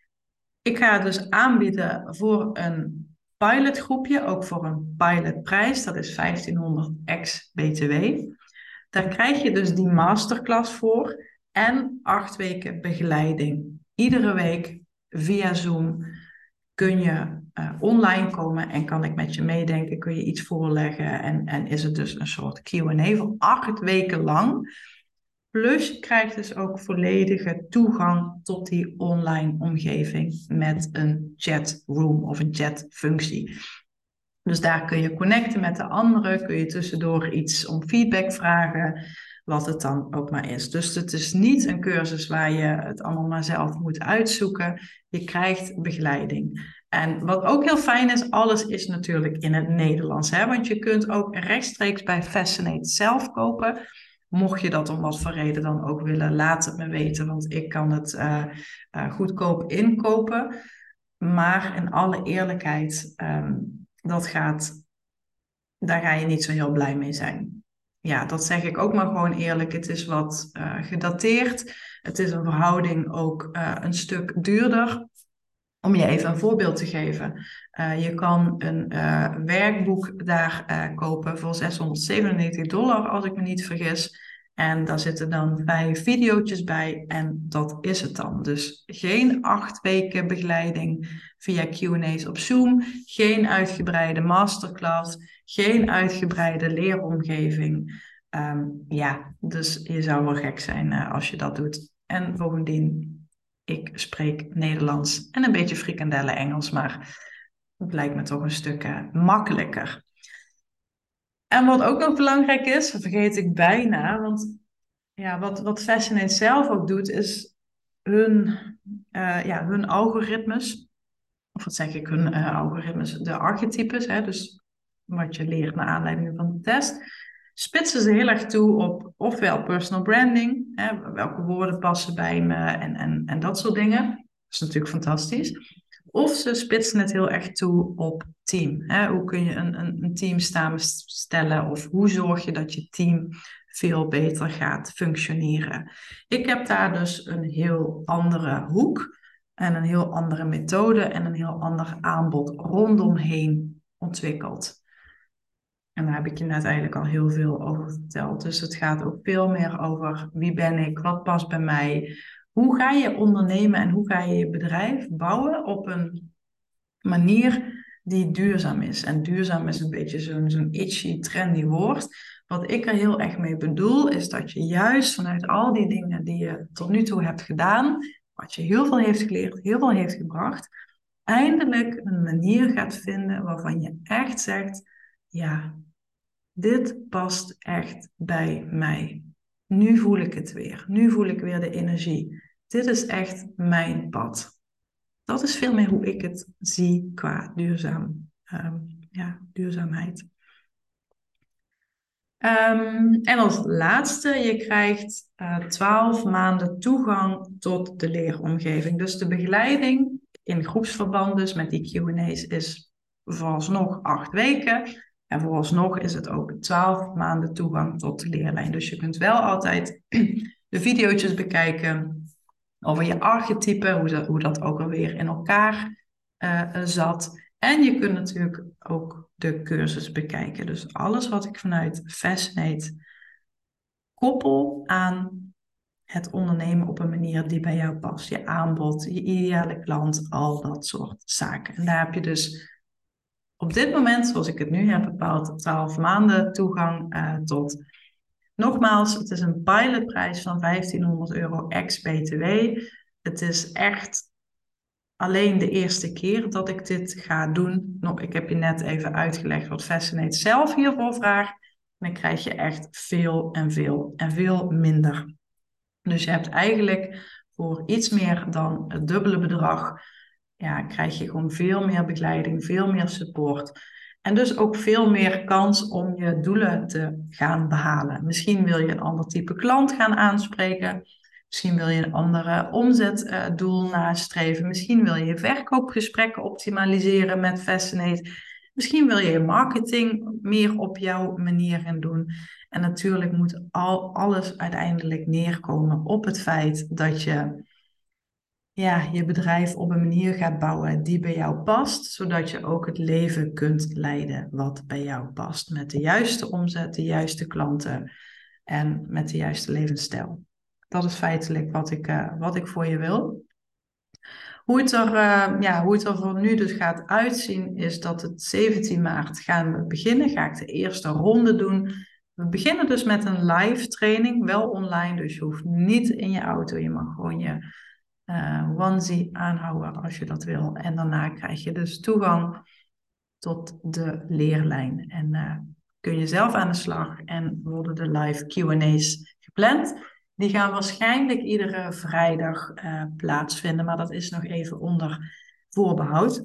Ik ga het dus aanbieden voor een pilotgroepje, ook voor een pilotprijs. Dat is vijftienhonderd ex B T W. Daar krijg je dus die masterclass voor en acht weken begeleiding. Iedere week via Zoom kun je uh, online komen en kan ik met je meedenken, kun je iets voorleggen en, en is het dus een soort Q en A voor acht weken lang. Plus je krijgt dus ook volledige toegang tot die online omgeving met een chatroom of een chatfunctie. Dus daar kun je connecten met de anderen, kun je tussendoor iets om feedback vragen, wat het dan ook maar is. Dus het is niet een cursus waar je het allemaal maar zelf moet uitzoeken. Je krijgt begeleiding. En wat ook heel fijn is, alles is natuurlijk in het Nederlands. Hè? Want je kunt ook rechtstreeks bij Fascinate zelf kopen. Mocht je dat om wat voor reden dan ook willen, laat het me weten. Want ik kan het uh, uh, goedkoop inkopen. Maar in alle eerlijkheid, um, dat gaat, daar ga je niet zo heel blij mee zijn. Ja, dat zeg ik ook maar gewoon eerlijk. Het is wat uh, gedateerd. Het is een verhouding ook uh, een stuk duurder. Om je even een voorbeeld te geven. Uh, je kan een uh, werkboek daar uh, kopen voor zeshonderdzevenennegentig dollar, als ik me niet vergis. En daar zitten dan vijf video's bij en dat is het dan. Dus geen acht weken begeleiding via Q en A's op Zoom. Geen uitgebreide masterclass. Geen uitgebreide leeromgeving. Um, ja, dus je zou wel gek zijn uh, als je dat doet. En bovendien... Ik spreek Nederlands en een beetje frikandellen Engels, maar het lijkt me toch een stuk uh, makkelijker. En wat ook nog belangrijk is, dat vergeet ik bijna, want ja, wat, wat Fascinate zelf ook doet, is hun, uh, ja, hun algoritmes, of wat zeg ik, hun uh, algoritmes, de archetypes, hè, dus wat je leert naar aanleiding van de test, spitsen ze heel erg toe op ofwel personal branding, hè, welke woorden passen bij me en, en, en dat soort dingen. Dat is natuurlijk fantastisch. Of ze spitsen het heel erg toe op team. Hè. Hoe kun je een, een, een team samenstellen of hoe zorg je dat je team veel beter gaat functioneren. Ik heb daar dus een heel andere hoek en een heel andere methode en een heel ander aanbod rondomheen ontwikkeld. En daar heb ik je net eigenlijk al heel veel over verteld. Dus het gaat ook veel meer over wie ben ik, wat past bij mij. Hoe ga je ondernemen en hoe ga je je bedrijf bouwen op een manier die duurzaam is. En duurzaam is een beetje zo'n, zo'n itchy, trendy woord. Wat ik er heel erg mee bedoel, is dat je juist vanuit al die dingen die je tot nu toe hebt gedaan, wat je heel veel heeft geleerd, heel veel heeft gebracht, eindelijk een manier gaat vinden waarvan je echt zegt, ja, dit past echt bij mij. Nu voel ik het weer. Nu voel ik weer de energie. Dit is echt mijn pad. Dat is veel meer hoe ik het zie qua duurzaam, um, ja, duurzaamheid. Um, en als laatste, je krijgt twaalf uh, maanden toegang tot de leeromgeving. Dus de begeleiding in groepsverband, dus met die Q en A's, is vooralsnog acht weken. En vooralsnog is het ook twaalf maanden toegang tot de leerlijn. Dus je kunt wel altijd de video's bekijken over je archetype, hoe dat, hoe dat ook alweer in elkaar uh, zat. En je kunt natuurlijk ook de cursus bekijken. Dus alles wat ik vanuit Fascinate koppel aan het ondernemen op een manier die bij jou past. Je aanbod, je ideale klant, al dat soort zaken. En daar heb je dus op dit moment, zoals ik het nu heb bepaald, twaalf maanden toegang uh, tot. Nogmaals, het is een pilotprijs van vijftienhonderd euro ex-B T W. Het is echt alleen de eerste keer dat ik dit ga doen. Nog, ik heb je net even uitgelegd wat Fascinate zelf hiervoor vraagt. Dan krijg je echt veel en veel en veel minder. Dus je hebt eigenlijk voor iets meer dan het dubbele bedrag, ja, krijg je gewoon veel meer begeleiding, veel meer support. En dus ook veel meer kans om je doelen te gaan behalen. Misschien wil je een ander type klant gaan aanspreken. Misschien wil je een andere omzetdoel nastreven. Misschien wil je je verkoopgesprekken optimaliseren met Fascinate. Misschien wil je je marketing meer op jouw manier gaan doen. En natuurlijk moet al, alles uiteindelijk neerkomen op het feit dat je ja, je bedrijf op een manier gaat bouwen die bij jou past, zodat je ook het leven kunt leiden wat bij jou past. Met de juiste omzet, de juiste klanten en met de juiste levensstijl. Dat is feitelijk wat ik, uh, wat ik voor je wil. Hoe het, er, uh, ja, hoe het er voor nu dus gaat uitzien, is dat het zeventien maart gaan we beginnen. Ga ik de eerste ronde doen. We beginnen dus met een live training, wel online, dus je hoeft niet in je auto. Je mag gewoon je uh, onesie aanhouden als je dat wil. En daarna krijg je dus toegang tot de leerlijn. En uh, kun je zelf aan de slag en worden de live Q en A's gepland. Die gaan waarschijnlijk iedere vrijdag uh, plaatsvinden, maar dat is nog even onder voorbehoud.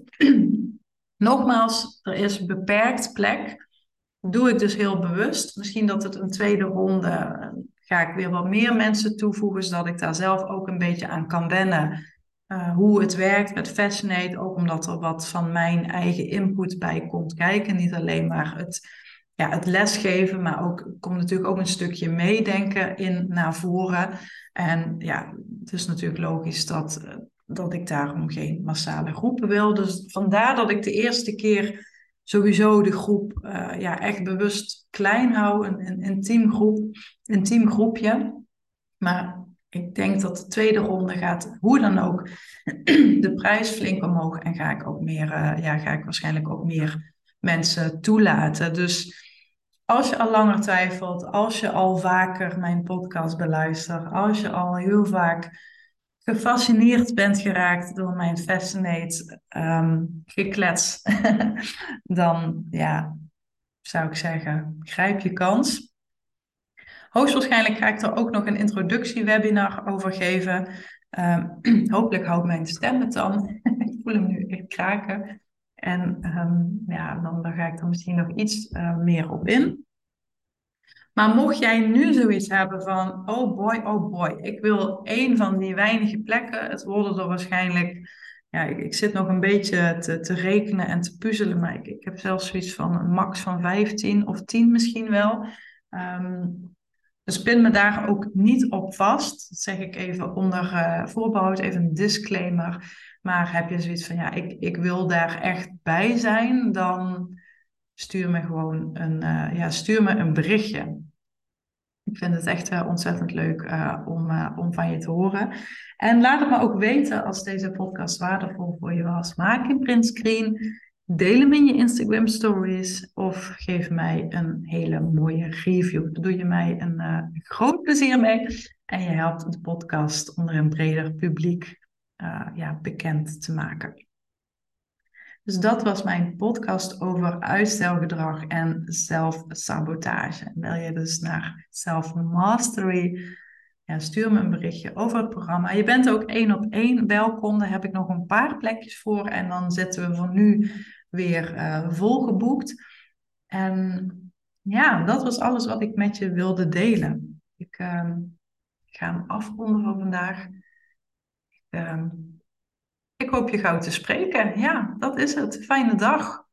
Nogmaals, er is beperkt plek. Doe ik dus heel bewust. Misschien dat het een tweede ronde, uh, ga ik weer wat meer mensen toevoegen, zodat ik daar zelf ook een beetje aan kan wennen. Uh, hoe het werkt met Fascinate, ook omdat er wat van mijn eigen input bij komt kijken. Niet alleen maar het, ja, het lesgeven, maar ook komt natuurlijk ook een stukje meedenken in naar voren. En ja, het is natuurlijk logisch dat, uh, dat ik daarom geen massale groepen wil. Dus vandaar dat ik de eerste keer sowieso de groep uh, ja, echt bewust klein hou, een, een intiem groep, een intiem groepje. Maar ik denk dat de tweede ronde gaat, hoe dan ook, de prijs flink omhoog. En ga ik ook meer, uh, ja, ga ik waarschijnlijk ook meer mensen toelaten. Dus als je al langer twijfelt, als je al vaker mijn podcast beluistert, als je al heel vaak gefascineerd bent geraakt door mijn Fascinate um, geklets, dan ja, zou ik zeggen, grijp je kans. Hoogstwaarschijnlijk ga ik er ook nog een introductiewebinar over geven. Um, hopelijk houdt mijn stem het dan. Ik voel hem nu echt kraken. En um, ja, dan, dan ga ik er misschien nog iets uh, meer op in. Maar mocht jij nu zoiets hebben van, oh boy, oh boy, ik wil één van die weinige plekken. Het worden er waarschijnlijk, ja, ik, ik zit nog een beetje te, te rekenen en te puzzelen. Maar ik, ik heb zelfs zoiets van een max van vijftien of tien misschien wel. Um, Dus pin me daar ook niet op vast. Dat zeg ik even onder uh, voorbehoud, even een disclaimer. Maar heb je zoiets van, ja, ik, ik wil daar echt bij zijn, dan stuur me gewoon een, uh, ja, stuur me een berichtje. Ik vind het echt uh, ontzettend leuk uh, om, uh, om van je te horen. En laat het me ook weten als deze podcast waardevol voor je was. Maak een printscreen. Deel hem in je Instagram stories of geef mij een hele mooie review. Daar doe je mij een uh, groot plezier mee en je helpt de podcast onder een breder publiek uh, ja, bekend te maken. Dus dat was mijn podcast over uitstelgedrag en zelfsabotage. Wil je dus naar Self-Mastery? Ja, stuur me een berichtje over het programma. Je bent ook één op één welkom. Daar heb ik nog een paar plekjes voor. En dan zitten we voor nu weer uh, volgeboekt. En ja, dat was alles wat ik met je wilde delen. Ik uh, ga hem afronden voor vandaag. Uh, ik hoop je gauw te spreken. Ja, dat is het. Fijne dag.